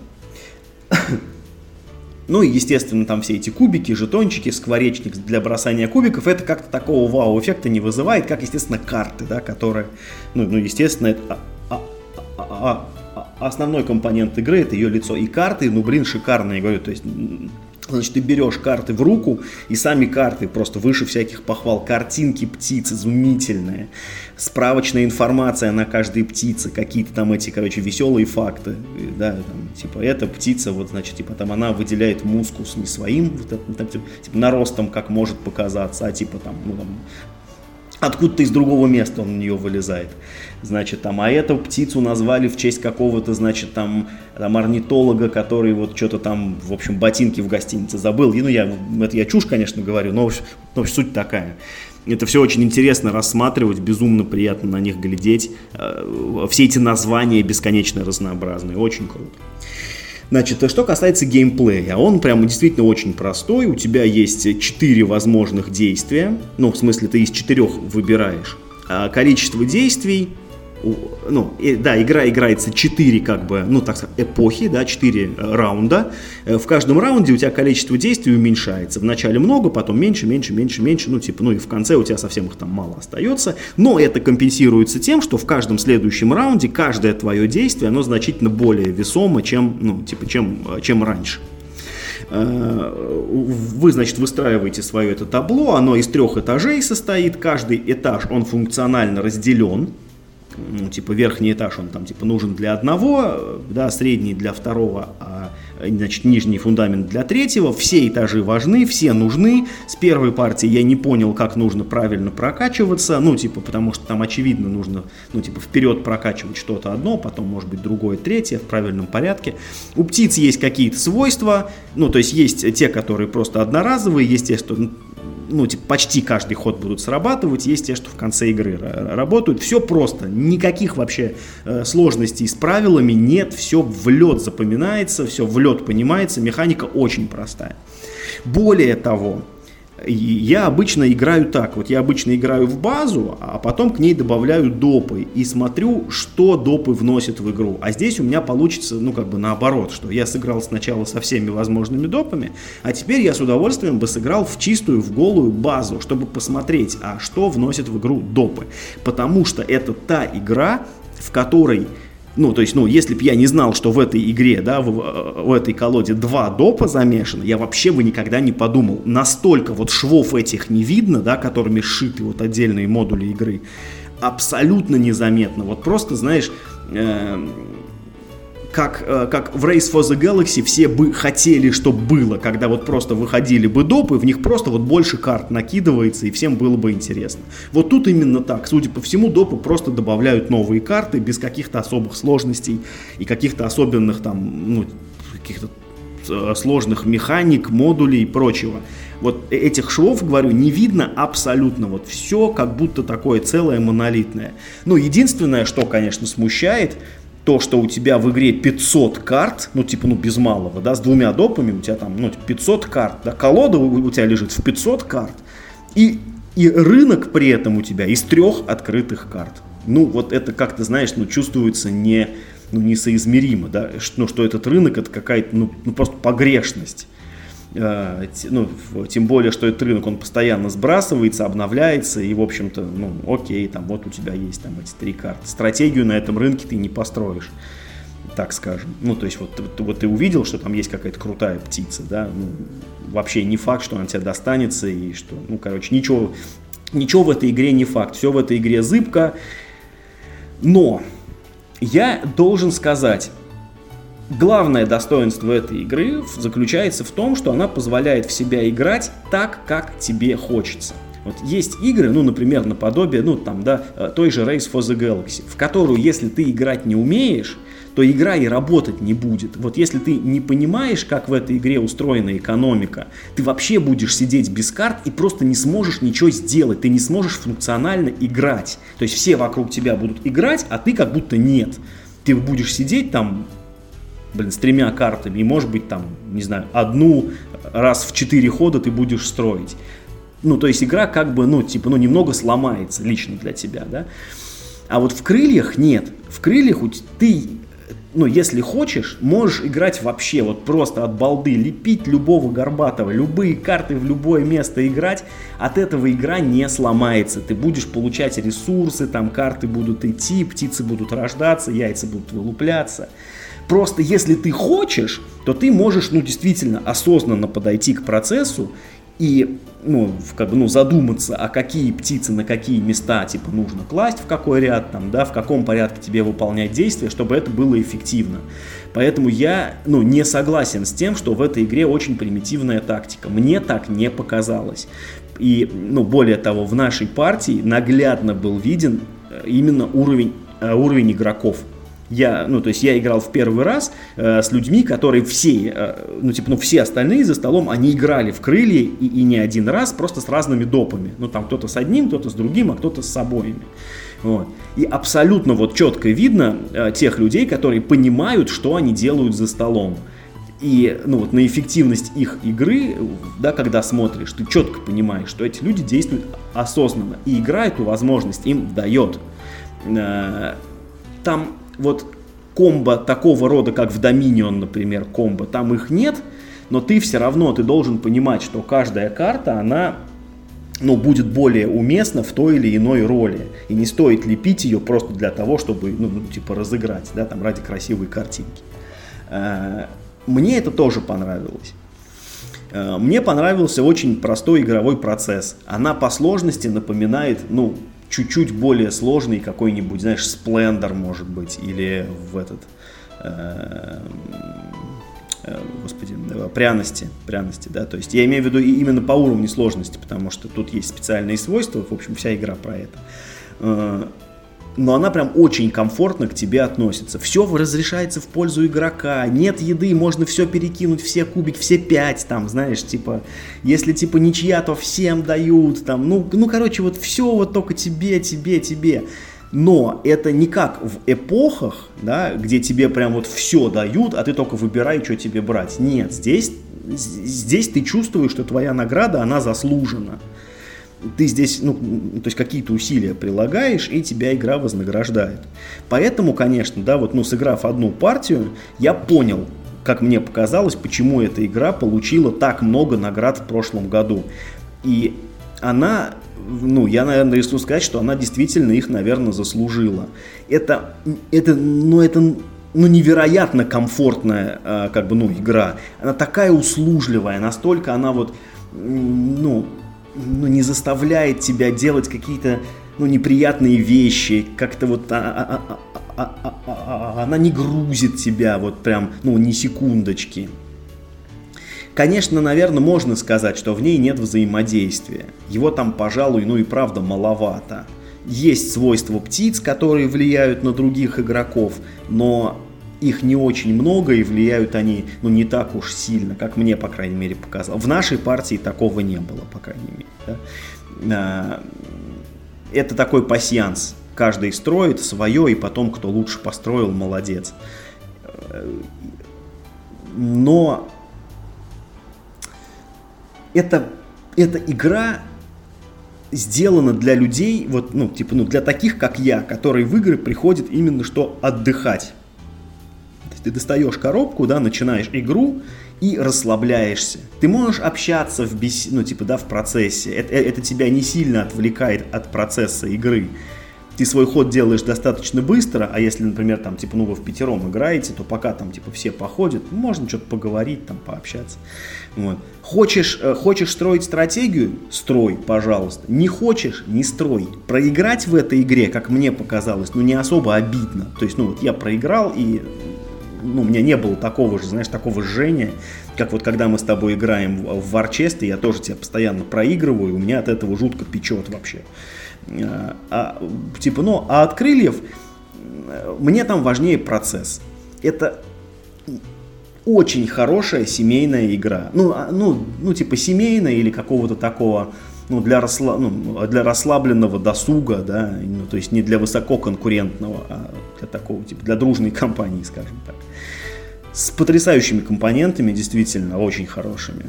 Ну и, естественно, там все эти кубики, жетончики, скворечник для бросания кубиков, это как-то такого вау-эффекта не вызывает, как, естественно, карты, да, которые, естественно, это основной компонент игры, это ее лицо. И карты, шикарные, я говорю, то есть... Значит, ты берешь карты в руку, и сами карты просто выше всяких похвал. Картинки птиц изумительные, справочная информация на каждой птице, какие-то там веселые факты. Да, эта птица, там она выделяет мускус не своим наростом, как может показаться, а откуда-то из другого места он на нее вылезает. Значит, а эту птицу назвали в честь какого-то, орнитолога, который что-то там, в общем, ботинки в гостинице забыл. И, я чушь, конечно, говорю, но в общем, суть такая. Это все очень интересно рассматривать, безумно приятно на них глядеть. Все эти названия бесконечно разнообразные, очень круто. Значит, что касается геймплея, он прямо действительно очень простой. У тебя есть 4 возможных действия. В смысле, ты из 4 выбираешь. Количество действий. Игра играется 4, эпохи, да, 4 раунда. В каждом раунде у тебя количество действий уменьшается. Вначале много, потом меньше, и в конце у тебя совсем их там мало остается. Но это компенсируется тем, что в каждом следующем раунде каждое твое действие, оно значительно более весомо, чем раньше. Вы, значит, выстраиваете свое это табло, оно из 3 этажей состоит, каждый этаж, он функционально разделен. Верхний этаж, он там, нужен для одного, да, средний для второго, нижний фундамент для третьего. Все этажи важны, все нужны. С первой партии я не понял, как нужно правильно прокачиваться, потому что там, очевидно, нужно, вперед прокачивать что-то одно, потом, может быть, другое, третье, в правильном порядке. У птиц есть какие-то свойства, то есть есть те, которые просто одноразовые, есть те, что ну, типа, почти каждый ход будут срабатывать, есть те, что в конце игры работают. Все просто, никаких вообще сложностей с правилами нет, все в лед запоминается, все в лед понимается, механика очень простая. Более того, я обычно играю так, вот я обычно играю в базу, а потом к ней добавляю допы и смотрю, что допы вносят в игру. А здесь у меня получится, ну, как бы наоборот, что я сыграл сначала со всеми возможными допами, а теперь я с удовольствием бы сыграл в чистую, в голую базу, чтобы посмотреть, а что вносят в игру допы. Потому что это та игра, в которой... Ну, то есть, ну, если бы я не знал, что в этой игре, да, в этой колоде 2 допа замешано, я вообще бы никогда не подумал. Настолько вот швов этих не видно, да, которыми сшиты вот отдельные модули игры, абсолютно незаметно. Вот просто, знаешь, как в Race for the Galaxy все бы хотели, чтобы было, когда вот просто выходили бы допы, в них просто вот больше карт накидывается, и всем было бы интересно. Вот тут именно так. Судя по всему, допы просто добавляют новые карты без каких-то особых сложностей и каких-то особенных там, ну, каких-то сложных механик, модулей и прочего. Вот этих швов, говорю, не видно абсолютно. Вот все как будто такое целое монолитное. Ну, единственное, что, конечно, смущает, то, что у тебя в игре 500 карт, ну, типа, ну, без малого, да, с 2 допами у тебя там, ну, 500 карт, да, колода у тебя лежит в 500 карт, и рынок при этом у тебя из 3 открытых карт. Ну, вот это как-то, знаешь, ну, чувствуется несоизмеримо, да, что этот рынок, это какая-то, ну, просто погрешность. Ну, тем более, что этот рынок, он постоянно сбрасывается, обновляется, и, в общем-то, ну, окей, там, вот у тебя есть там эти 3 карты. Стратегию на этом рынке ты не построишь, так скажем. Ну, то есть, вот ты увидел, что там есть какая-то крутая птица, да, ну, вообще не факт, что она тебе достанется, и что, ну, короче, ничего в этой игре не факт, все в этой игре зыбко, но я должен сказать, главное достоинство этой игры заключается в том, что она позволяет в себя играть так, как тебе хочется. Вот есть игры, ну, например, наподобие, ну, там, да, той же Race for the Galaxy, в которую, если ты играть не умеешь, то игра и работать не будет. Вот если ты не понимаешь, как в этой игре устроена экономика, ты вообще будешь сидеть без карт и просто не сможешь ничего сделать, ты не сможешь функционально играть. То есть все вокруг тебя будут играть, а ты как будто нет. Ты будешь сидеть там, с 3 картами, и, может быть, там, не знаю, одну раз в 4 хода ты будешь строить. Ну, то есть игра как бы, ну, типа, ну, немного сломается лично для тебя, да. А вот в крыльях нет. В крыльях ты, ну, если хочешь, можешь играть вообще, вот просто от балды, лепить любого горбатого, любые карты в любое место играть, от этого игра не сломается. Ты будешь получать ресурсы, там карты будут идти, птицы будут рождаться, яйца будут вылупляться. Просто если ты хочешь, то ты можешь, ну, действительно осознанно подойти к процессу и, ну, как бы, ну, задуматься, а какие птицы на какие места, типа, нужно класть, в какой ряд, там, да, в каком порядке тебе выполнять действия, чтобы это было эффективно. Поэтому я, ну, не согласен с тем, что в этой игре очень примитивная тактика. Мне так не показалось. И, ну, более того, в нашей партии наглядно был виден именно уровень игроков. То есть я играл в первый раз с людьми, которые все, все остальные за столом, они играли в крылья и не один раз, просто с разными допами. Ну, там кто-то с одним, кто-то с другим, а кто-то с обоими. Вот. И абсолютно вот четко видно тех людей, которые понимают, что они делают за столом. И, ну, вот на эффективность их игры, да, когда смотришь, ты четко понимаешь, что эти люди действуют осознанно. И игра эту возможность им дает. Там вот комбо такого рода, как в Dominion, например, комбо, там их нет, но ты все равно, ты должен понимать, что каждая карта, она, ну, будет более уместна в той или иной роли. И не стоит лепить ее просто для того, чтобы, ну, типа, разыграть, да, там, ради красивой картинки. Мне это тоже понравилось. Мне понравился очень простой игровой процесс. Она по сложности напоминает, ну, чуть-чуть более сложный какой-нибудь, знаешь, Splendor, может быть, или в этот, пряности, да, то есть я имею в виду именно по уровню сложности, потому что тут есть специальные свойства, в общем, вся игра про это. но она прям очень комфортно к тебе относится. Все разрешается в пользу игрока, нет еды, можно все перекинуть, все кубики, все 5, там, знаешь, типа, если, типа, ничья, то всем дают, там, ну, короче, вот все вот только тебе. Но это не как в эпохах, да, где тебе прям вот все дают, а ты только выбирай, что тебе брать. Нет, здесь ты чувствуешь, что твоя награда, она заслужена. Ты здесь, то есть какие-то усилия прилагаешь, и тебя игра вознаграждает. Поэтому, конечно, да, вот, сыграв одну партию, я понял, как мне показалось, почему эта игра получила так много наград в прошлом году. И она, я, наверное, рискну сказать, что она действительно их, наверное, заслужила. Это невероятно комфортная, игра. Она такая услужливая, настолько она вот, не заставляет тебя делать какие-то, неприятные вещи, как-то вот она не грузит тебя вот прям, ни секундочки. Конечно, наверное, можно сказать, что в ней нет взаимодействия. Его там, пожалуй, и правда маловато. Есть свойства птиц, которые влияют на других игроков, но их не очень много, и влияют они, не так уж сильно, как мне, по крайней мере, показалось. В нашей партии такого не было, по крайней мере. Да? Это такой пасьянс. Каждый строит свое, и потом, кто лучше построил, молодец. Но эта игра сделана для людей, для таких, как я, которые в игры приходят именно что отдыхать. Ты достаешь коробку, да, начинаешь игру и расслабляешься. Ты можешь общаться в процессе. Это тебя не сильно отвлекает от процесса игры. Ты свой ход делаешь достаточно быстро, а если, например, вы впятером играете, то пока все походят, можно что-то поговорить, пообщаться. Вот. Хочешь строить стратегию? Строй, пожалуйста. Не хочешь? Не строй. Проиграть в этой игре, как мне показалось, не особо обидно. То есть, я проиграл, и у меня не было такого жжения, как вот когда мы с тобой играем в War-Chest, я тоже тебя постоянно проигрываю, у меня от этого жутко печет вообще. А от крыльев мне там важнее процесс. Это очень хорошая семейная игра. Семейная или какого-то такого, для расслабленного досуга, да, то есть не для высококонкурентного, а для такого, для дружной компании, скажем так. С потрясающими компонентами, действительно, очень хорошими.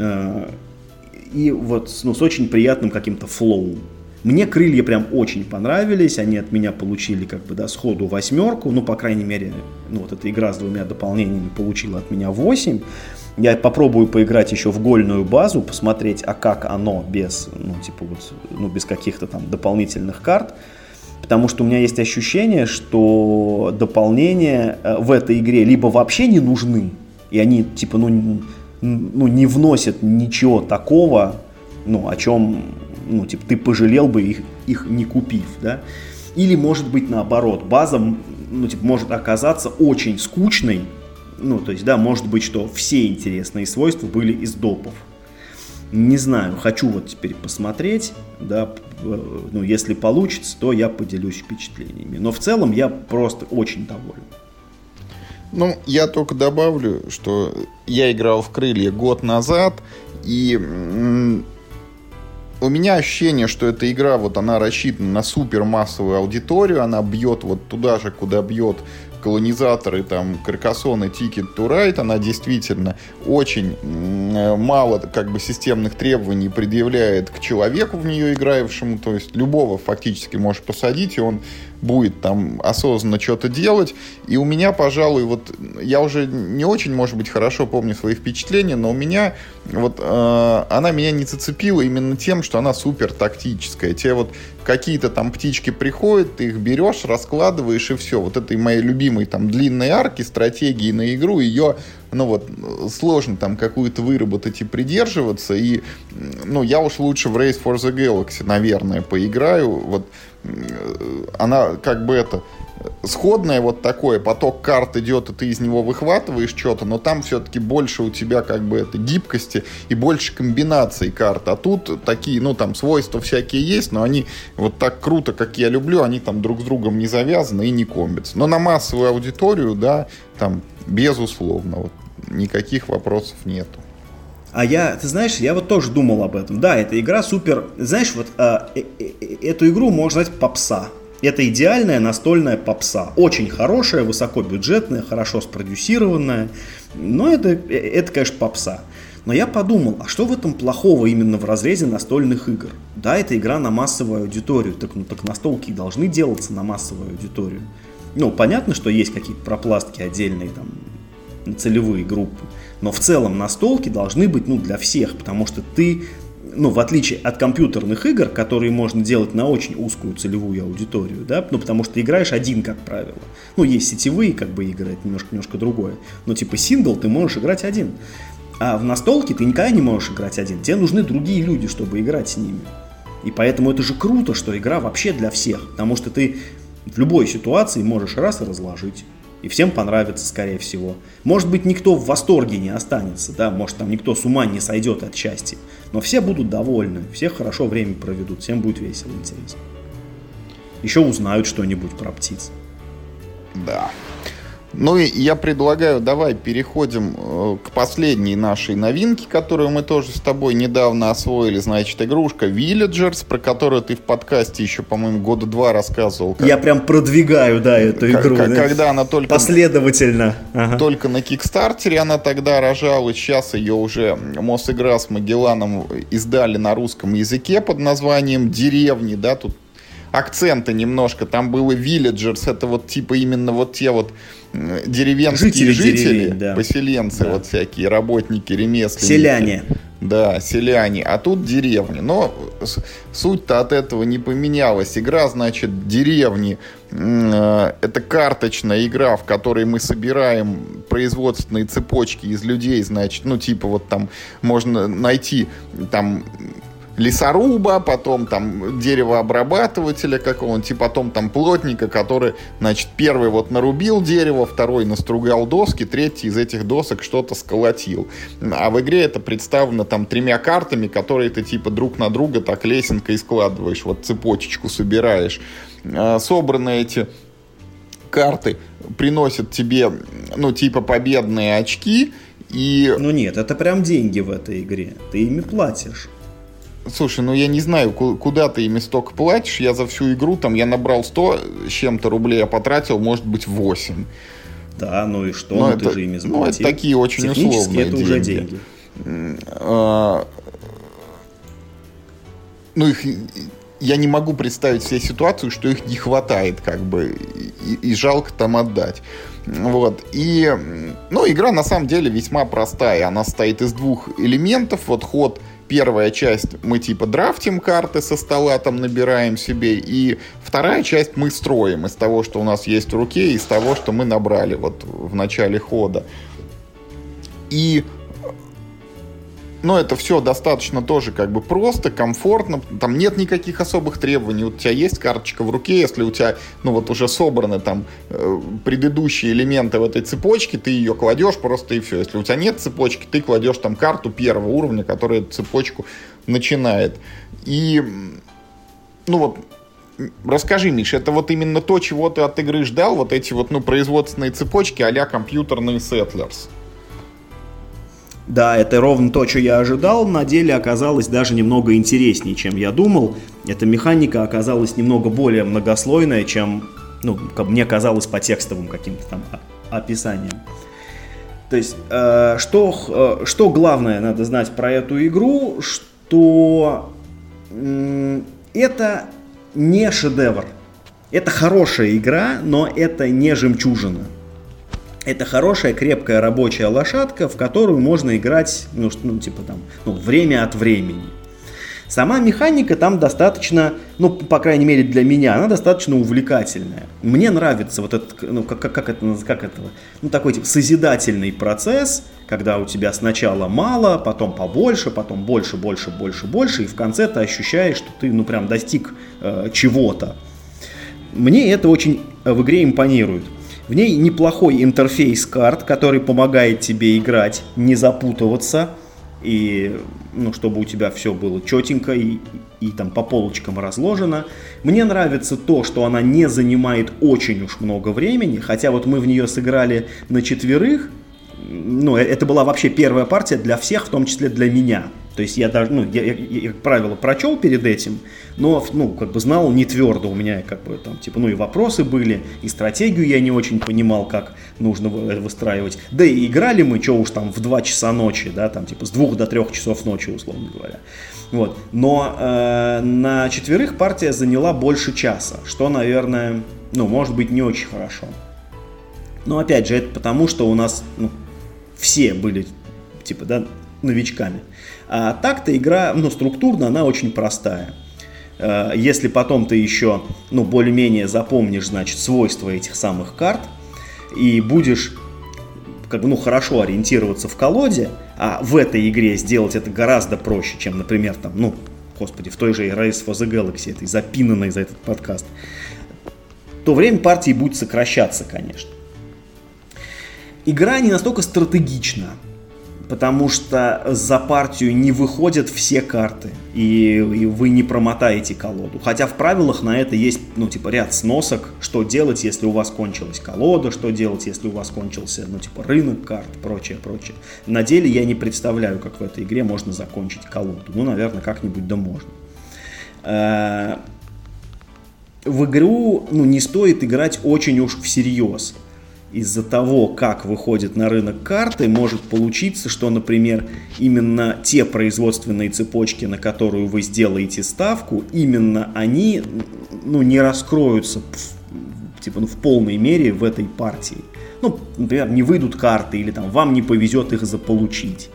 И вот с очень приятным каким-то флоу. Мне крылья прям очень понравились, они от меня получили сходу 8, по крайней мере, эта игра с 2 дополнениями получила от меня 8. Я попробую поиграть еще в гольную базу, посмотреть, как оно без, без каких-то там дополнительных карт. Потому что у меня есть ощущение, что дополнения в этой игре либо вообще не нужны, и они не вносят ничего такого, о чем ты пожалел бы их не купив, да? Или может быть наоборот, база может оказаться очень скучной, то есть, да, может быть, что все интересные свойства были из допов. Не знаю, хочу теперь посмотреть, да, если получится, то я поделюсь впечатлениями. Но в целом я просто очень доволен. Я только добавлю, что я играл в крылья год назад, и у меня ощущение, что эта игра, она рассчитана на супермассовую аудиторию, она бьет туда же, куда бьет колонизаторы, Carcassonne и Ticket to Ride, она действительно очень мало системных требований предъявляет к человеку в нее играющему, то есть любого фактически можешь посадить, и он будет осознанно что-то делать. И у меня, пожалуй, я уже не очень, может быть, хорошо помню свои впечатления, но у меня она меня не зацепила именно тем, что она супер тактическая. Те какие-то птички приходят, ты их берешь, раскладываешь, и все. Это и мои любимые длинные арки, стратегии на игру, ее сложно какую-то выработать и придерживаться. И я уж лучше в Race for the Galaxy, наверное, поиграю. Она сходное вот такое, поток карт идет, и ты из него выхватываешь что-то, но там все-таки больше у тебя как бы это гибкости и больше комбинаций карт. А тут такие, ну там свойства всякие есть, но они вот так круто, как я люблю, они там друг с другом не завязаны и не комбятся. Но на массовую аудиторию, да, там безусловно, вот, никаких вопросов нету. Ты знаешь, я вот тоже думал об этом. Да, эта игра супер. Знаешь, вот эту игру можно назвать попса. Это идеальная настольная попса. Очень хорошая, высокобюджетная, хорошо спродюсированная. Но это, конечно, попса. Но я подумал, а что в этом плохого именно в разрезе настольных игр? Да, это игра на массовую аудиторию. Так настолки должны делаться на массовую аудиторию. Ну, понятно, что есть какие-то пропластки отдельные, там, целевые группы. Но в целом настолки должны быть, ну, для всех, потому что ты, ну, в отличие от компьютерных игр, которые можно делать на очень узкую целевую аудиторию, да, ну, потому что ты играешь один, как правило. Ну, есть сетевые, как бы, игры, это немножко другое. Но, типа, сингл ты можешь играть один. А в настолке ты никогда не можешь играть один. Тебе нужны другие люди, чтобы играть с ними. И поэтому это же круто, что игра вообще для всех. Потому что ты в любой ситуации можешь раз и разложить. И всем понравится, скорее всего. Может быть, никто в восторге не останется, да, может, там никто с ума не сойдет от счастья. Но все будут довольны, все хорошо время проведут, всем будет весело, интересно. Еще узнают что-нибудь про птиц. Да. Ну и я предлагаю, давай переходим к последней нашей новинке, которую мы тоже с тобой недавно освоили. Значит, игрушка Villagers, про которую ты в подкасте еще, по-моему, года 2 рассказывал. Я прям продвигаю, да, эту игру. Когда она только... Последовательно. Только на Кикстартере она тогда рожалась. Сейчас ее уже Мосигра с Магелланом издали на русском языке под названием «Деревни». Да, тут акценты немножко. Там было Villagers, это вот типа именно вот те вот деревенские жители, да. Поселенцы, да. Вот всякие работники, ремесленники. Селяне. Да, селяне. А тут деревни. Но суть-то от этого не поменялась. Игра, значит, деревни. Это карточная игра, в которой мы собираем производственные цепочки из людей, значит, ну, типа вот там можно найти там лесоруба, потом там деревообрабатывателя какого-нибудь, и потом там плотника, который, значит, первый вот нарубил дерево, второй настругал доски, третий из этих досок что-то сколотил. А в игре это представлено там 3 картами, которые ты типа друг на друга так лесенкой складываешь, вот цепочечку собираешь. Собранные эти карты приносят тебе, ну, типа победные очки. И... Ну нет, это прям деньги в этой игре, ты ими платишь. Слушай, ну я не знаю, куда ты ими столько платишь. Я за всю игру, там, я набрал 100 с чем-то рублей, я потратил, может быть, 8. Да, ну и что? Ну, ты же ими заплатил. Ну, это такие очень условные это уже деньги. Ну, их... Я не могу представить себе ситуацию, что их не хватает, как бы, и жалко там отдать. Вот. И, ну, игра на самом деле весьма простая. Она состоит из 2 элементов. Вот ход. Первая часть мы типа драфтим карты со стола, там набираем себе, и вторая часть мы строим из того, что у нас есть в руке, из того, что мы набрали вот в начале хода. И, ну, это все достаточно тоже как бы просто, комфортно, там нет никаких особых требований. Вот у тебя есть карточка в руке, если у тебя, ну, вот уже собраны там предыдущие элементы в этой цепочке, ты ее кладешь просто и все. Если у тебя нет цепочки, ты кладешь там карту 1-го уровня, которая эту цепочку начинает. И, ну вот, расскажи, Миш, это вот именно то, чего ты от игры ждал, вот эти вот, ну, производственные цепочки а-ля компьютерные Settlers? Да, это ровно то, что я ожидал. На деле оказалось даже немного интереснее, чем я думал. Эта механика оказалась немного более многослойная, чем, ну, как мне казалось, по текстовым каким-то там описаниям. То есть, что главное надо знать про эту игру, что это не шедевр. Это хорошая игра, но это не жемчужина. Это хорошая, крепкая рабочая лошадка, в которую можно играть, ну типа там, время от времени. Сама механика там достаточно, ну, по крайней мере для меня, она достаточно увлекательная. Мне нравится вот этот, ну, как это, ну, такой типа созидательный процесс, когда у тебя сначала мало, потом побольше, потом больше, и в конце ты ощущаешь, что ты, ну, прям достиг чего-то. мне это очень в игре импонирует. В ней неплохой интерфейс карт, который помогает тебе играть, не запутываться, и чтобы у тебя все было четенько и там по полочкам разложено. Мне нравится то, что она не занимает очень уж много времени, хотя вот мы в нее сыграли на 4, это была вообще первая партия для всех, в том числе для меня. То есть я даже, я, как правило, прочел перед этим, но, знал не твердо, у меня, и вопросы были, и стратегию я не очень понимал, как нужно выстраивать. Да и играли мы, что уж там, в 2 часа ночи, да, с 2 до 3 часов ночи, условно говоря. Вот. Но на 4 партия заняла больше часа, что, наверное, может быть, не очень хорошо. Но, опять же, это потому, что у нас, все были, новичками. А так-то игра, структурно она очень простая. Если потом ты еще, более-менее запомнишь, свойства этих самых карт и будешь, хорошо ориентироваться в колоде, а в этой игре сделать это гораздо проще, чем, например, в той же Race for the Galaxy, этой запинанной за этот подкаст, то время партии будет сокращаться, конечно. Игра не настолько стратегична, потому что за партию не выходят все карты, и вы не промотаете колоду. Хотя в правилах на это есть, ряд сносок, что делать, если у вас кончилась колода, что делать, если у вас кончился, рынок карт, прочее. На деле я не представляю, как в этой игре можно закончить колоду. Наверное, как-нибудь да можно. В игру, не стоит играть очень уж всерьез. Из-за того, как выходит на рынок карты, может получиться, что, например, именно те производственные цепочки, на которую вы сделаете ставку, именно они, не раскроются в полной мере в этой партии. Например, не выйдут карты или вам не повезет их заполучить.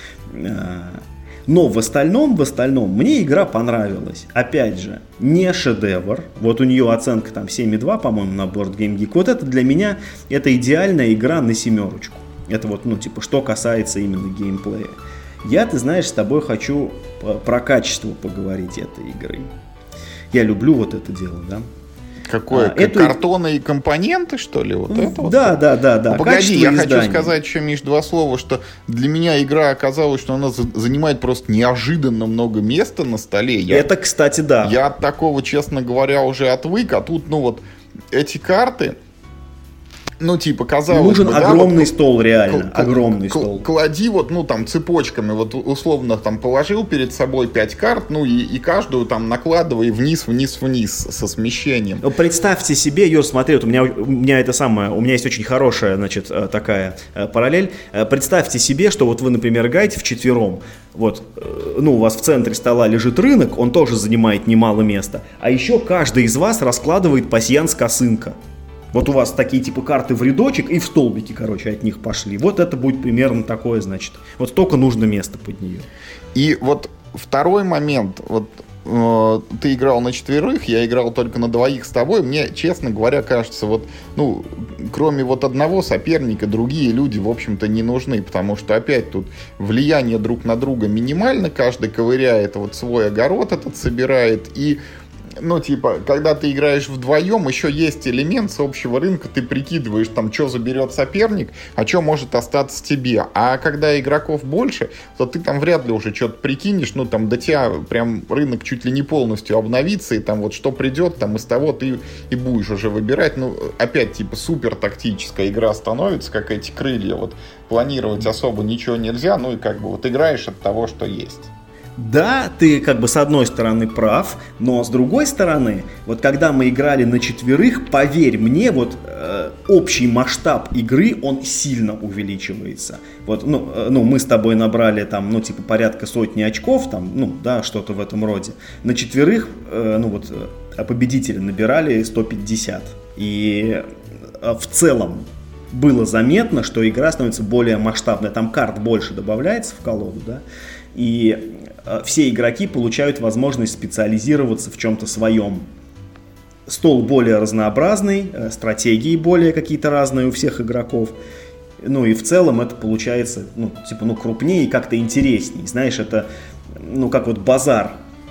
Но в остальном мне игра понравилась. Опять же, не шедевр. Вот у нее оценка 7,2, по-моему, на Board Game Geek. Вот это для меня, это идеальная игра на 7. Это что касается именно геймплея. Я, ты знаешь, с тобой хочу про качество поговорить этой игры. Я люблю это дело, да. Какое? Картоны и компоненты, что ли? Да. Погоди, я хочу сказать еще, Миш, 2 слова, что для меня игра оказалась, что она занимает просто неожиданно много места на столе. Это, кстати, да. Я от такого, честно говоря, уже отвык, а тут, эти карты... казалось нужен бы, огромный стол, реально, огромный стол. Клади цепочками, условно положил перед собой 5 карт, и каждую накладывай вниз со смещением. Представьте себе, Юр, смотри, у меня есть очень хорошая, такая параллель. Представьте себе, что вы, например, играете вчетвером. У вас в центре стола лежит рынок, он тоже занимает немало места, а еще каждый из вас раскладывает пасьянс-косынка. Вот у вас такие карты в рядочек и в столбики, от них пошли. Вот это будет примерно такое, Вот столько нужно места под нее. И второй момент. Ты играл на 4, я играл только на 2 с тобой. Мне, честно говоря, кажется, кроме одного соперника, другие люди, в общем-то, не нужны. Потому что, опять, тут влияние друг на друга минимально. Каждый ковыряет свой огород этот собирает. И когда ты играешь вдвоем, еще есть элемент с общего рынка, ты прикидываешь, что заберет соперник, а что может остаться тебе. А когда игроков больше, то ты вряд ли уже что-то прикинешь, до тебя прям рынок чуть ли не полностью обновится, и что придет, из того ты и будешь уже выбирать. Опять, супер тактическая игра становится, как эти крылья, планировать особо ничего нельзя, играешь от того, что есть. Да, ты с одной стороны прав, но с другой стороны, когда мы играли на 4, поверь мне, общий масштаб игры, он сильно увеличивается. Мы с тобой набрали порядка 100 очков, что-то в этом роде. На 4, победители набирали 150. И в целом было заметно, что игра становится более масштабной. Там карт больше добавляется в колоду, да, и все игроки получают возможность специализироваться в чем-то своем. Стол более разнообразный, стратегии более какие-то разные у всех игроков. И в целом это получается, крупнее и как-то интересней. Знаешь, это, как базар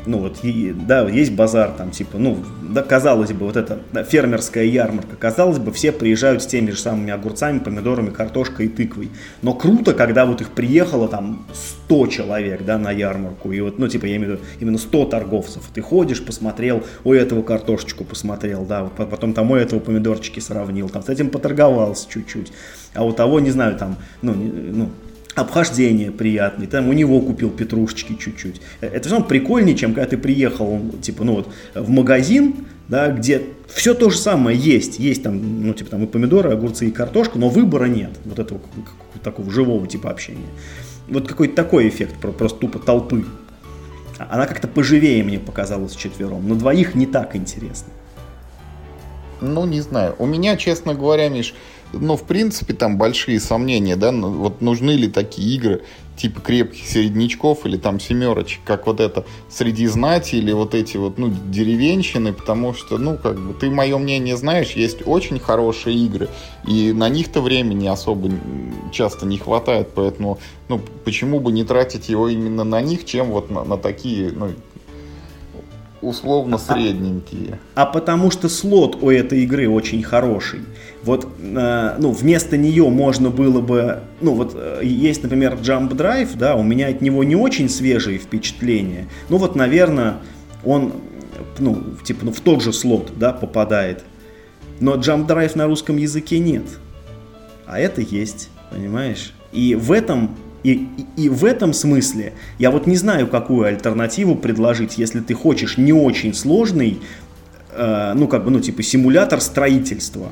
ну вот, да, есть базар, там, типа, ну, да, казалось бы, вот эта фермерская ярмарка, казалось бы, все приезжают с теми же самыми огурцами, помидорами, картошкой и тыквой. Но круто, когда вот их приехало там 100 человек, да, на ярмарку, и вот, ну, типа, я имею в виду, именно 100 торговцев. Ты ходишь, посмотрел, у этого картошечку посмотрел, да, вот, потом там у этого помидорчики сравнил, там, с этим поторговался чуть-чуть, а у того, не знаю, там, обхождение приятное, там у него купил петрушечки чуть-чуть. Это все равно прикольнее, чем когда ты приехал, типа, ну вот, в магазин, да, где все то же самое есть. Есть там, ну, типа, там и помидоры, огурцы, и картошка, но выбора нет. Вот этого такого живого типа общения. Вот какой-то такой эффект, просто тупо толпы. Она как-то поживее мне показалась вчетвером. На двоих не так интересно. Ну, не знаю. У меня, честно говоря, Миш, в принципе, там большие сомнения, да, вот нужны ли такие игры, типа крепких середнячков или там семерочек, как вот это среди знати или вот эти вот, деревенщины, потому что, как бы, ты мое мнение знаешь, есть очень хорошие игры, и на них-то времени особо часто не хватает, поэтому, почему бы не тратить его именно на них, чем вот на такие, условно средненькие. А потому что слот у этой игры очень хороший. Вот, вместо нее можно было бы, есть, например, Jump Drive, да, у меня от него не очень свежие впечатления. Наверное, он, в тот же слот, да, попадает. Но Jump Drive на русском языке нет. А это есть, понимаешь? И в этом смысле я вот не знаю, какую альтернативу предложить, если ты хочешь не очень сложный, симулятор строительства.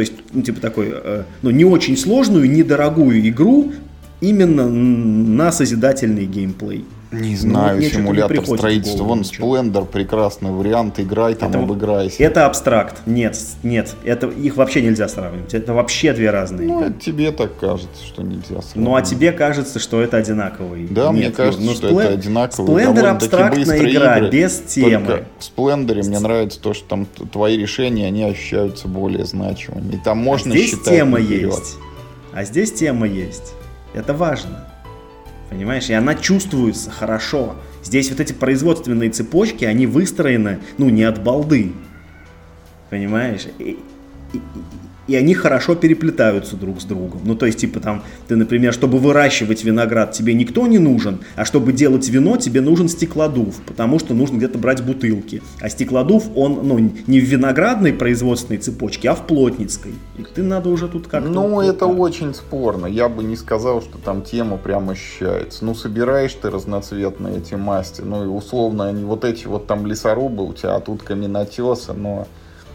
Не очень сложную, недорогую игру именно на созидательный геймплей. Не знаю, симулятор строительства. Вон Splendor прекрасный вариант, играй там, обыграйся. Это абстракт. Нет, это их вообще нельзя сравнивать. Это вообще две разные игры. Тебе так кажется, что нельзя сравнивать. Ну, а тебе кажется, что это одинаковые. Да, мне кажется, что это одинаковые. Splendor абстрактная игра, без темы. Только в Splendor мне нравится то, что там твои решения, они ощущаются более значимыми. И там можно считать наперед. А здесь тема есть. Это важно. Понимаешь, и она чувствуется хорошо. Здесь вот эти производственные цепочки, они выстроены, не от балды. Понимаешь? И они хорошо переплетаются друг с другом. Ты, например, чтобы выращивать виноград, тебе никто не нужен, а чтобы делать вино, тебе нужен стеклодув, потому что нужно где-то брать бутылки. А стеклодув, он, не в виноградной производственной цепочке, а в плотницкой. И ты надо уже тут как-то... это очень спорно. Я бы не сказал, что там тема прям ощущается. собираешь ты разноцветные эти масти, и условно они вот эти вот там лесорубы у тебя, а тут каменотесы, но...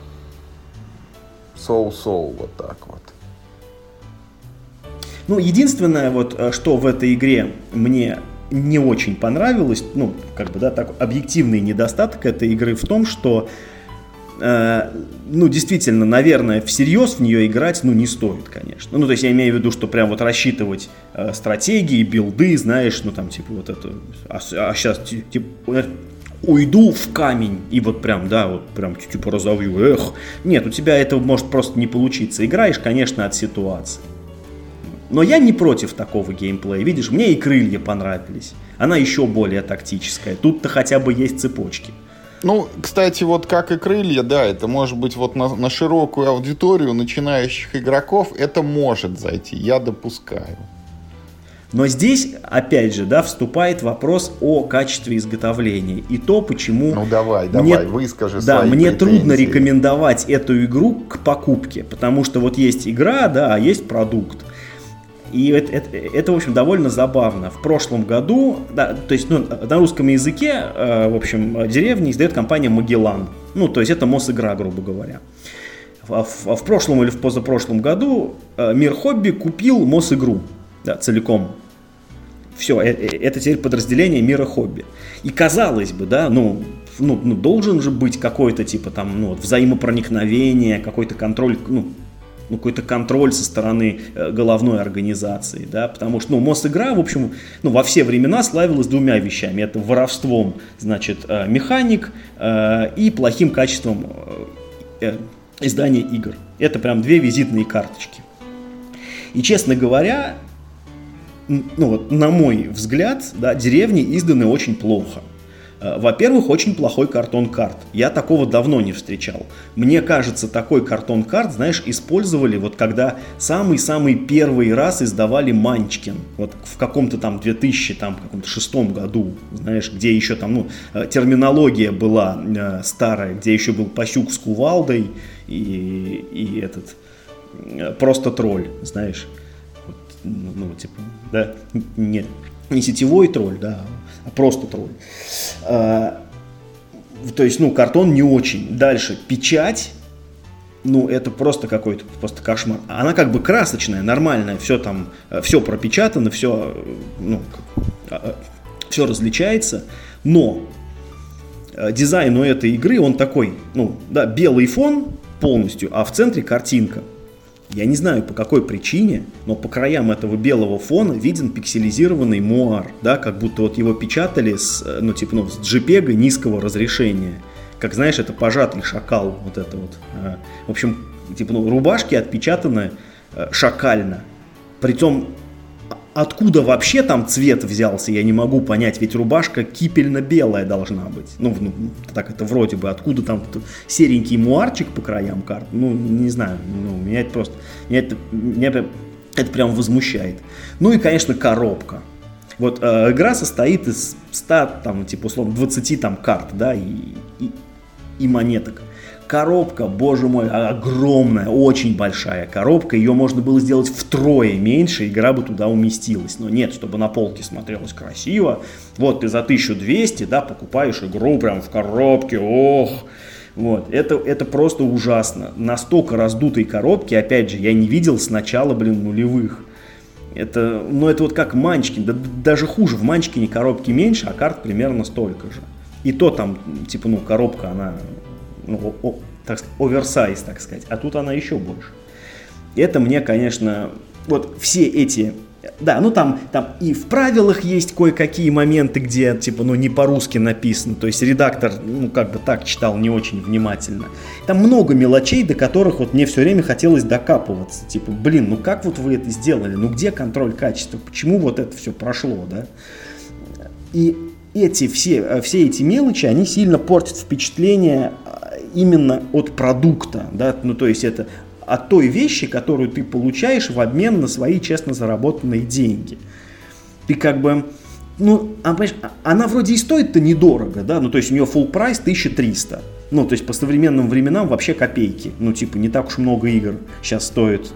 соу-соу, вот так вот. Единственное, что в этой игре мне не очень понравилось, так, объективный недостаток этой игры в том, что, действительно, наверное, всерьез в нее играть, не стоит, конечно. То есть я имею в виду, что прям рассчитывать стратегии, билды, знаешь, сейчас, уйду в камень и разовью, Нет, у тебя это может просто не получиться. Играешь, конечно, от ситуации. Но я не против такого геймплея. Видишь, мне и крылья понравились. Она еще более тактическая. Тут-то хотя бы есть цепочки. Кстати, как и крылья, да, это может быть на широкую аудиторию начинающих игроков, это может зайти, я допускаю. Но здесь, опять же, вступает вопрос о качестве изготовления. И то, почему... давай, выскажи свои мне претензии. трудно рекомендовать эту игру к покупке. Потому что есть игра, а есть продукт. И это, в общем, довольно забавно. В прошлом году, на русском языке, деревни издает компания Magellan. Это Мосигра, грубо говоря. В прошлом или в позапрошлом году Мир Хобби купил Мосигру. Да, целиком. Все, это теперь подразделение Мира Хобби. И казалось бы, должен же быть какой-то взаимопроникновение, какой-то контроль, какой-то контроль со стороны головной организации, да, потому что, Мосигра, в общем, во все времена славилась двумя вещами. Это воровством, механик и плохим качеством издания игр. Это прям две визитные карточки. И, честно говоря, на мой взгляд, деревни изданы очень плохо. Во-первых, очень плохой картон карт. Я такого давно не встречал. Мне кажется, такой картон карт, знаешь, использовали вот когда самый-самый первый раз издавали Манчкин. Вот в каком-то там 2006 году, знаешь, где еще там, терминология была старая, где еще был Пасюк с кувалдой и этот просто тролль, знаешь. Вот, типа, да, не сетевой тролль, да, а просто тролль. То есть, картон не очень. Дальше, печать, это просто какой-то просто кошмар. Она как бы красочная, нормальная, все там, все пропечатано, все различается, но дизайн у этой игры, он такой, белый фон полностью, а в центре картинка. Я не знаю, по какой причине, но по краям этого белого фона виден пикселизированный муар, да, как будто вот его печатали с JPEG низкого разрешения. Как, знаешь, это пожатый шакал, вот это вот. В общем, рубашки отпечатаны шакально. Притом, откуда вообще там цвет взялся, я не могу понять, ведь рубашка кипельно-белая должна быть. Так это вроде бы, откуда там серенький муарчик по краям карт, не знаю, меня это прям возмущает. И, конечно, коробка. Вот игра состоит из 100, условно, 20 карт, да, и монеток. Коробка, боже мой, огромная, очень большая коробка. Ее можно было сделать втрое меньше, игра бы туда уместилась. Но нет, чтобы на полке смотрелось красиво. Вот ты за 1200, да, покупаешь игру прям в коробке. Ох! Вот, это просто ужасно. Настолько раздутой коробки, опять же, я не видел с начала, нулевых. Это вот как Манчкин, да, даже хуже. В Манчкине коробки меньше, а карт примерно столько же. И то там, коробка, она... так сказать, оверсайз, так сказать, а тут она еще больше. Это мне, конечно, вот все эти, да, там и в правилах есть кое-какие моменты, где, не по-русски написано, то есть редактор, как бы так читал не очень внимательно. Там много мелочей, до которых вот мне все время хотелось докапываться, как вот вы это сделали, где контроль качества, почему вот это все прошло, да? И все эти мелочи, они сильно портят впечатление именно от продукта, да, то есть это от той вещи, которую ты получаешь в обмен на свои честно заработанные деньги. Ты как бы, она вроде и стоит-то недорого, да, то есть у нее full прайс 1300, то есть по современным временам вообще копейки, не так уж много игр сейчас стоит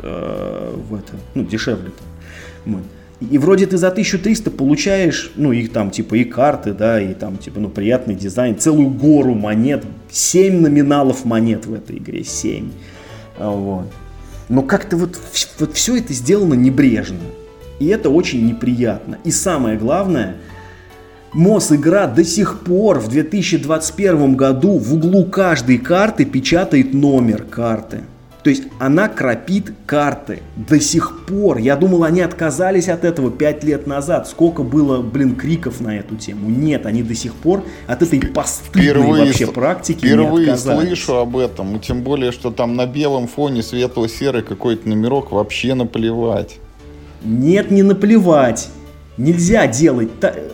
дешевле-то. Вот. И вроде ты за 1300 получаешь, их там и карты, да, и там приятный дизайн, целую гору монет, 7 номиналов монет в этой игре, 7. Вот. Но как-то вот все это сделано небрежно. И это очень неприятно. И самое главное, Мосигра до сих пор в 2021 году в углу каждой карты печатает номер карты. То есть она кропит карты до сих пор. Я думал, они отказались от этого 5 лет назад. Сколько было, криков на эту тему. Нет, они до сих пор от этой постыдной вообще практики не отказались. Впервые слышу об этом. И тем более, что там на белом фоне светло-серый какой-то номерок, вообще наплевать. Нет, не наплевать. Нельзя делать,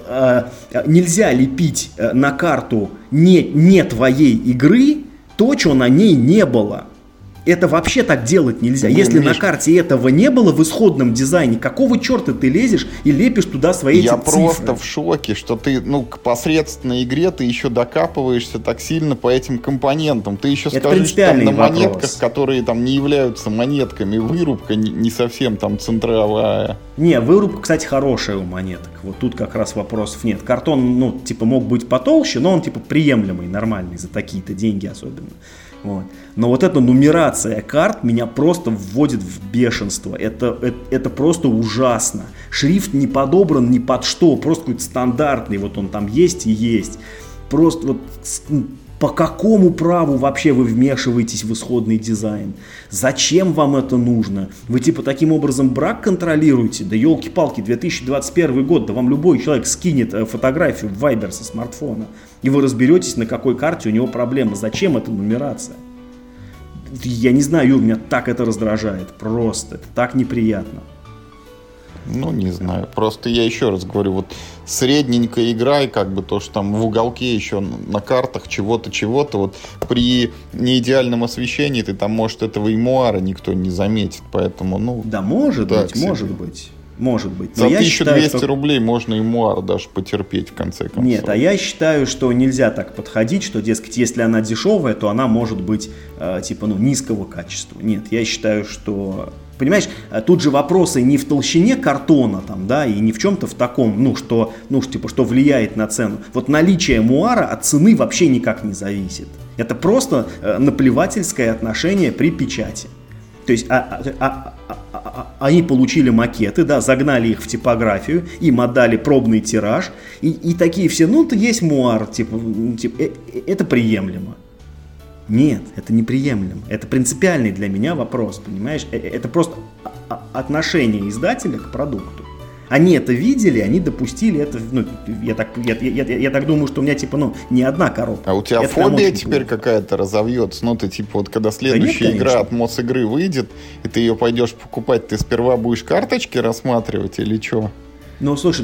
нельзя лепить на карту не твоей игры то, чего на ней не было. Это вообще так делать нельзя. Если на карте этого не было в исходном дизайне, какого черта ты лезешь и лепишь туда свои эти цифры? Я просто в шоке, что ты, к посредственной игре ты еще докапываешься так сильно по этим компонентам. Ты еще скажешь, что там на монетках, которые там не являются монетками, вырубка не совсем там центровая. Не, вырубка, кстати, хорошая у монеток. Вот тут как раз вопросов нет. Картон, мог быть потолще, но он, приемлемый, нормальный, за такие-то деньги особенно. Вот. Но вот эта нумерация карт меня просто вводит в бешенство. Это просто ужасно. Шрифт не подобран ни под что, просто какой-то стандартный. Вот он там есть и есть. Просто вот по какому праву вообще вы вмешиваетесь в исходный дизайн? Зачем вам это нужно? Вы таким образом брак контролируете? Да елки-палки, 2021 год, да вам любой человек скинет фотографию в Viber со смартфона, и вы разберетесь, на какой карте у него проблема. Зачем эта нумерация? Я не знаю, Юр, меня так это раздражает, просто, это так неприятно. Ну, не знаю. Просто я еще раз говорю, вот средненько играй, как бы то, что там в уголке еще на картах чего-то, вот при неидеальном освещении ты там, может, этого эмуара никто не заметит, поэтому, ну... Да, может быть. Может быть. Но за 1200 считаю, рублей можно эмуар даже потерпеть в конце концов. Нет, а я считаю, что нельзя так подходить, что, дескать, если она дешевая, то она может быть низкого качества. Нет, я считаю, что... Понимаешь, тут же вопросы не в толщине картона там, да, и не в чем-то в таком, что влияет на цену. Вот наличие эмуара от цены вообще никак не зависит. Это просто наплевательское отношение при печати. То есть они получили макеты, да, загнали их в типографию, им отдали пробный тираж, и такие все, это есть муар, это приемлемо. Нет, это неприемлемо. Это принципиальный для меня вопрос, понимаешь? Это просто отношение издателя к продукту. Они это видели, они допустили это, я так думаю, что у меня не одна коробка. А у тебя это фобия теперь какая-то разовьется, когда следующая игра от Мосигры выйдет, и ты ее пойдешь покупать, ты сперва будешь карточки рассматривать или что? Слушай,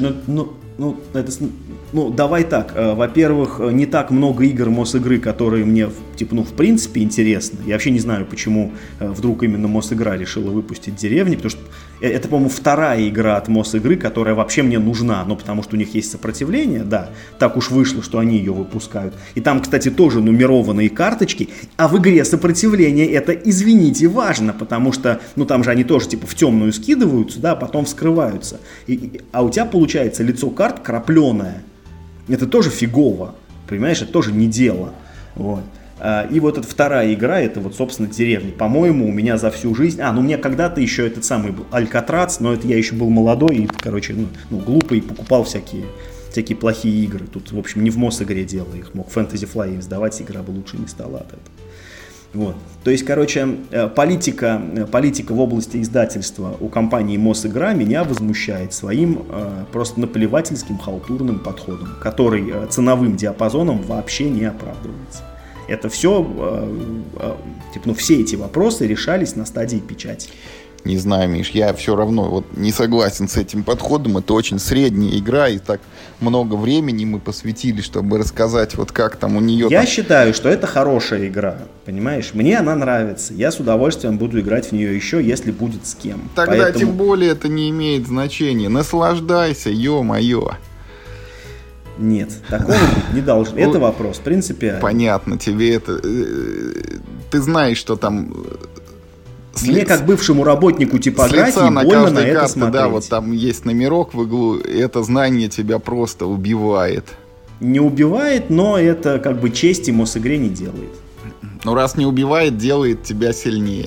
давай так. Во-первых, не так много игр Мосигры, которые мне, в принципе, интересны. Я вообще не знаю, почему вдруг именно Мосигра решила выпустить «Деревни», потому что это, по-моему, вторая игра от Мосигры, которая вообще мне нужна, потому что у них есть сопротивление, да, так уж вышло, что они ее выпускают. И там, кстати, тоже нумерованные карточки, а в игре сопротивление это, извините, важно, потому что, там же они тоже, в темную скидываются, да, а потом вскрываются. А у тебя, получается, лицо карт крапленое. Это тоже фигово, понимаешь, это тоже не дело. Вот. И вот эта вторая игра, это собственно, «Деревни». По-моему, у меня за всю жизнь... у меня когда-то еще этот самый был Алькатрац, но это я еще был молодой и, глупый, и покупал всякие плохие игры. Тут, в общем, не в Мосигре дело, их мог Fantasy Flight сдавать, игра бы лучше не стала от этого. Вот. То есть, политика в области издательства у компании Мосигра меня возмущает своим просто наплевательским халтурным подходом, который ценовым диапазоном вообще не оправдывается. Это все, все эти вопросы решались на стадии печати. Не знаю, Миш, я все равно не согласен с этим подходом. Это очень средняя игра, и так много времени мы посвятили, чтобы рассказать, как там у нее... Я считаю, что это хорошая игра, понимаешь? Мне она нравится. Я с удовольствием буду играть в нее еще, если будет с кем. Тогда тем более это не имеет значения. Наслаждайся, ё-моё. Нет, такого быть не должно. Это вопрос принципиальный. Понятно, тебе это... Ты знаешь, что там... Мне, как бывшему работнику типографии, больно на это смотреть. Да, там есть номерок в углу, и это знание тебя просто убивает. Не убивает, но это чести Мосигре не делает. Раз не убивает, делает тебя сильнее.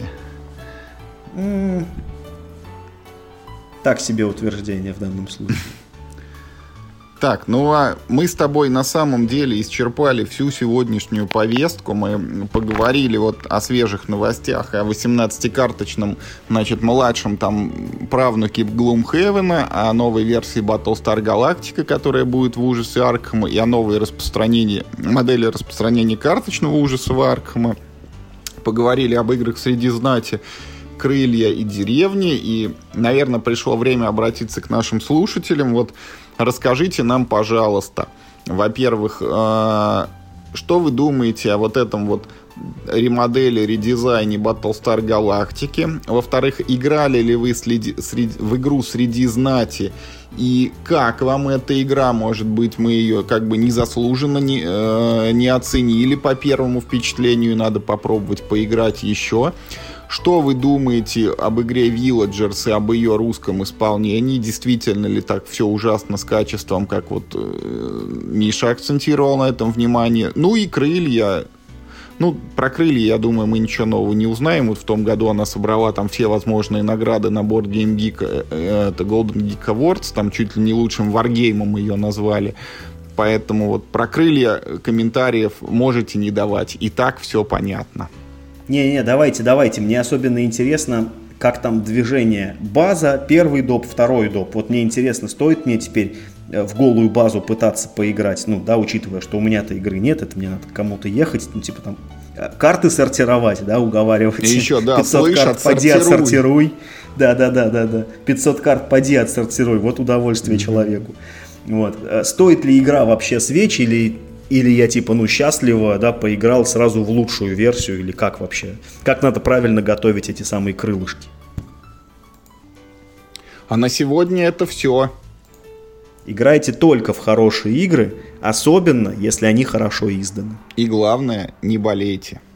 Так себе утверждение в данном случае. Так, а мы с тобой на самом деле исчерпали всю сегодняшнюю повестку. Мы поговорили о свежих новостях, о 18-карточном, младшем правнуке Gloomhaven, о новой версии Battlestar Galactica, которая будет в ужасе Аркхема, и о новой модели распространения карточного ужаса в Аркхема. Поговорили об играх среди знати, крылья и деревни, и, наверное, пришло время обратиться к нашим слушателям. Расскажите нам, пожалуйста, во-первых, что вы думаете о этом ремодели, редизайне Battlestar Galactica? Во-вторых, играли ли вы в игру «Среди знати»? И как вам эта игра? Может быть, мы ее незаслуженно не оценили по первому впечатлению, надо попробовать поиграть еще. Что вы думаете об игре Villagers и об ее русском исполнении? Действительно ли так все ужасно с качеством, как Миша акцентировал на этом внимание? И крылья. Про крылья, я думаю, мы ничего нового не узнаем. В том году она собрала все возможные награды на Board Game Geek. Это Golden Geek Awards, там чуть ли не лучшим варгеймом ее назвали. Поэтому про крылья комментариев можете не давать. И так все понятно. Не, давайте. Мне особенно интересно, как там движение. База, первый доп, второй доп. Мне интересно, стоит мне теперь в голую базу пытаться поиграть, учитывая, что у меня-то игры нет, это мне надо к кому-то ехать, карты сортировать, уговаривать. И еще, 500 слышь, карт, поди отсортируй. Да. 500 карт поди отсортируй, вот удовольствие человеку. Вот. Стоит ли игра вообще свеч, или я типа, счастливо, да, поиграл сразу в лучшую версию, или как вообще? Как надо правильно готовить эти самые крылышки? А на сегодня это все. Играйте только в хорошие игры, особенно если они хорошо изданы. И главное, не болейте.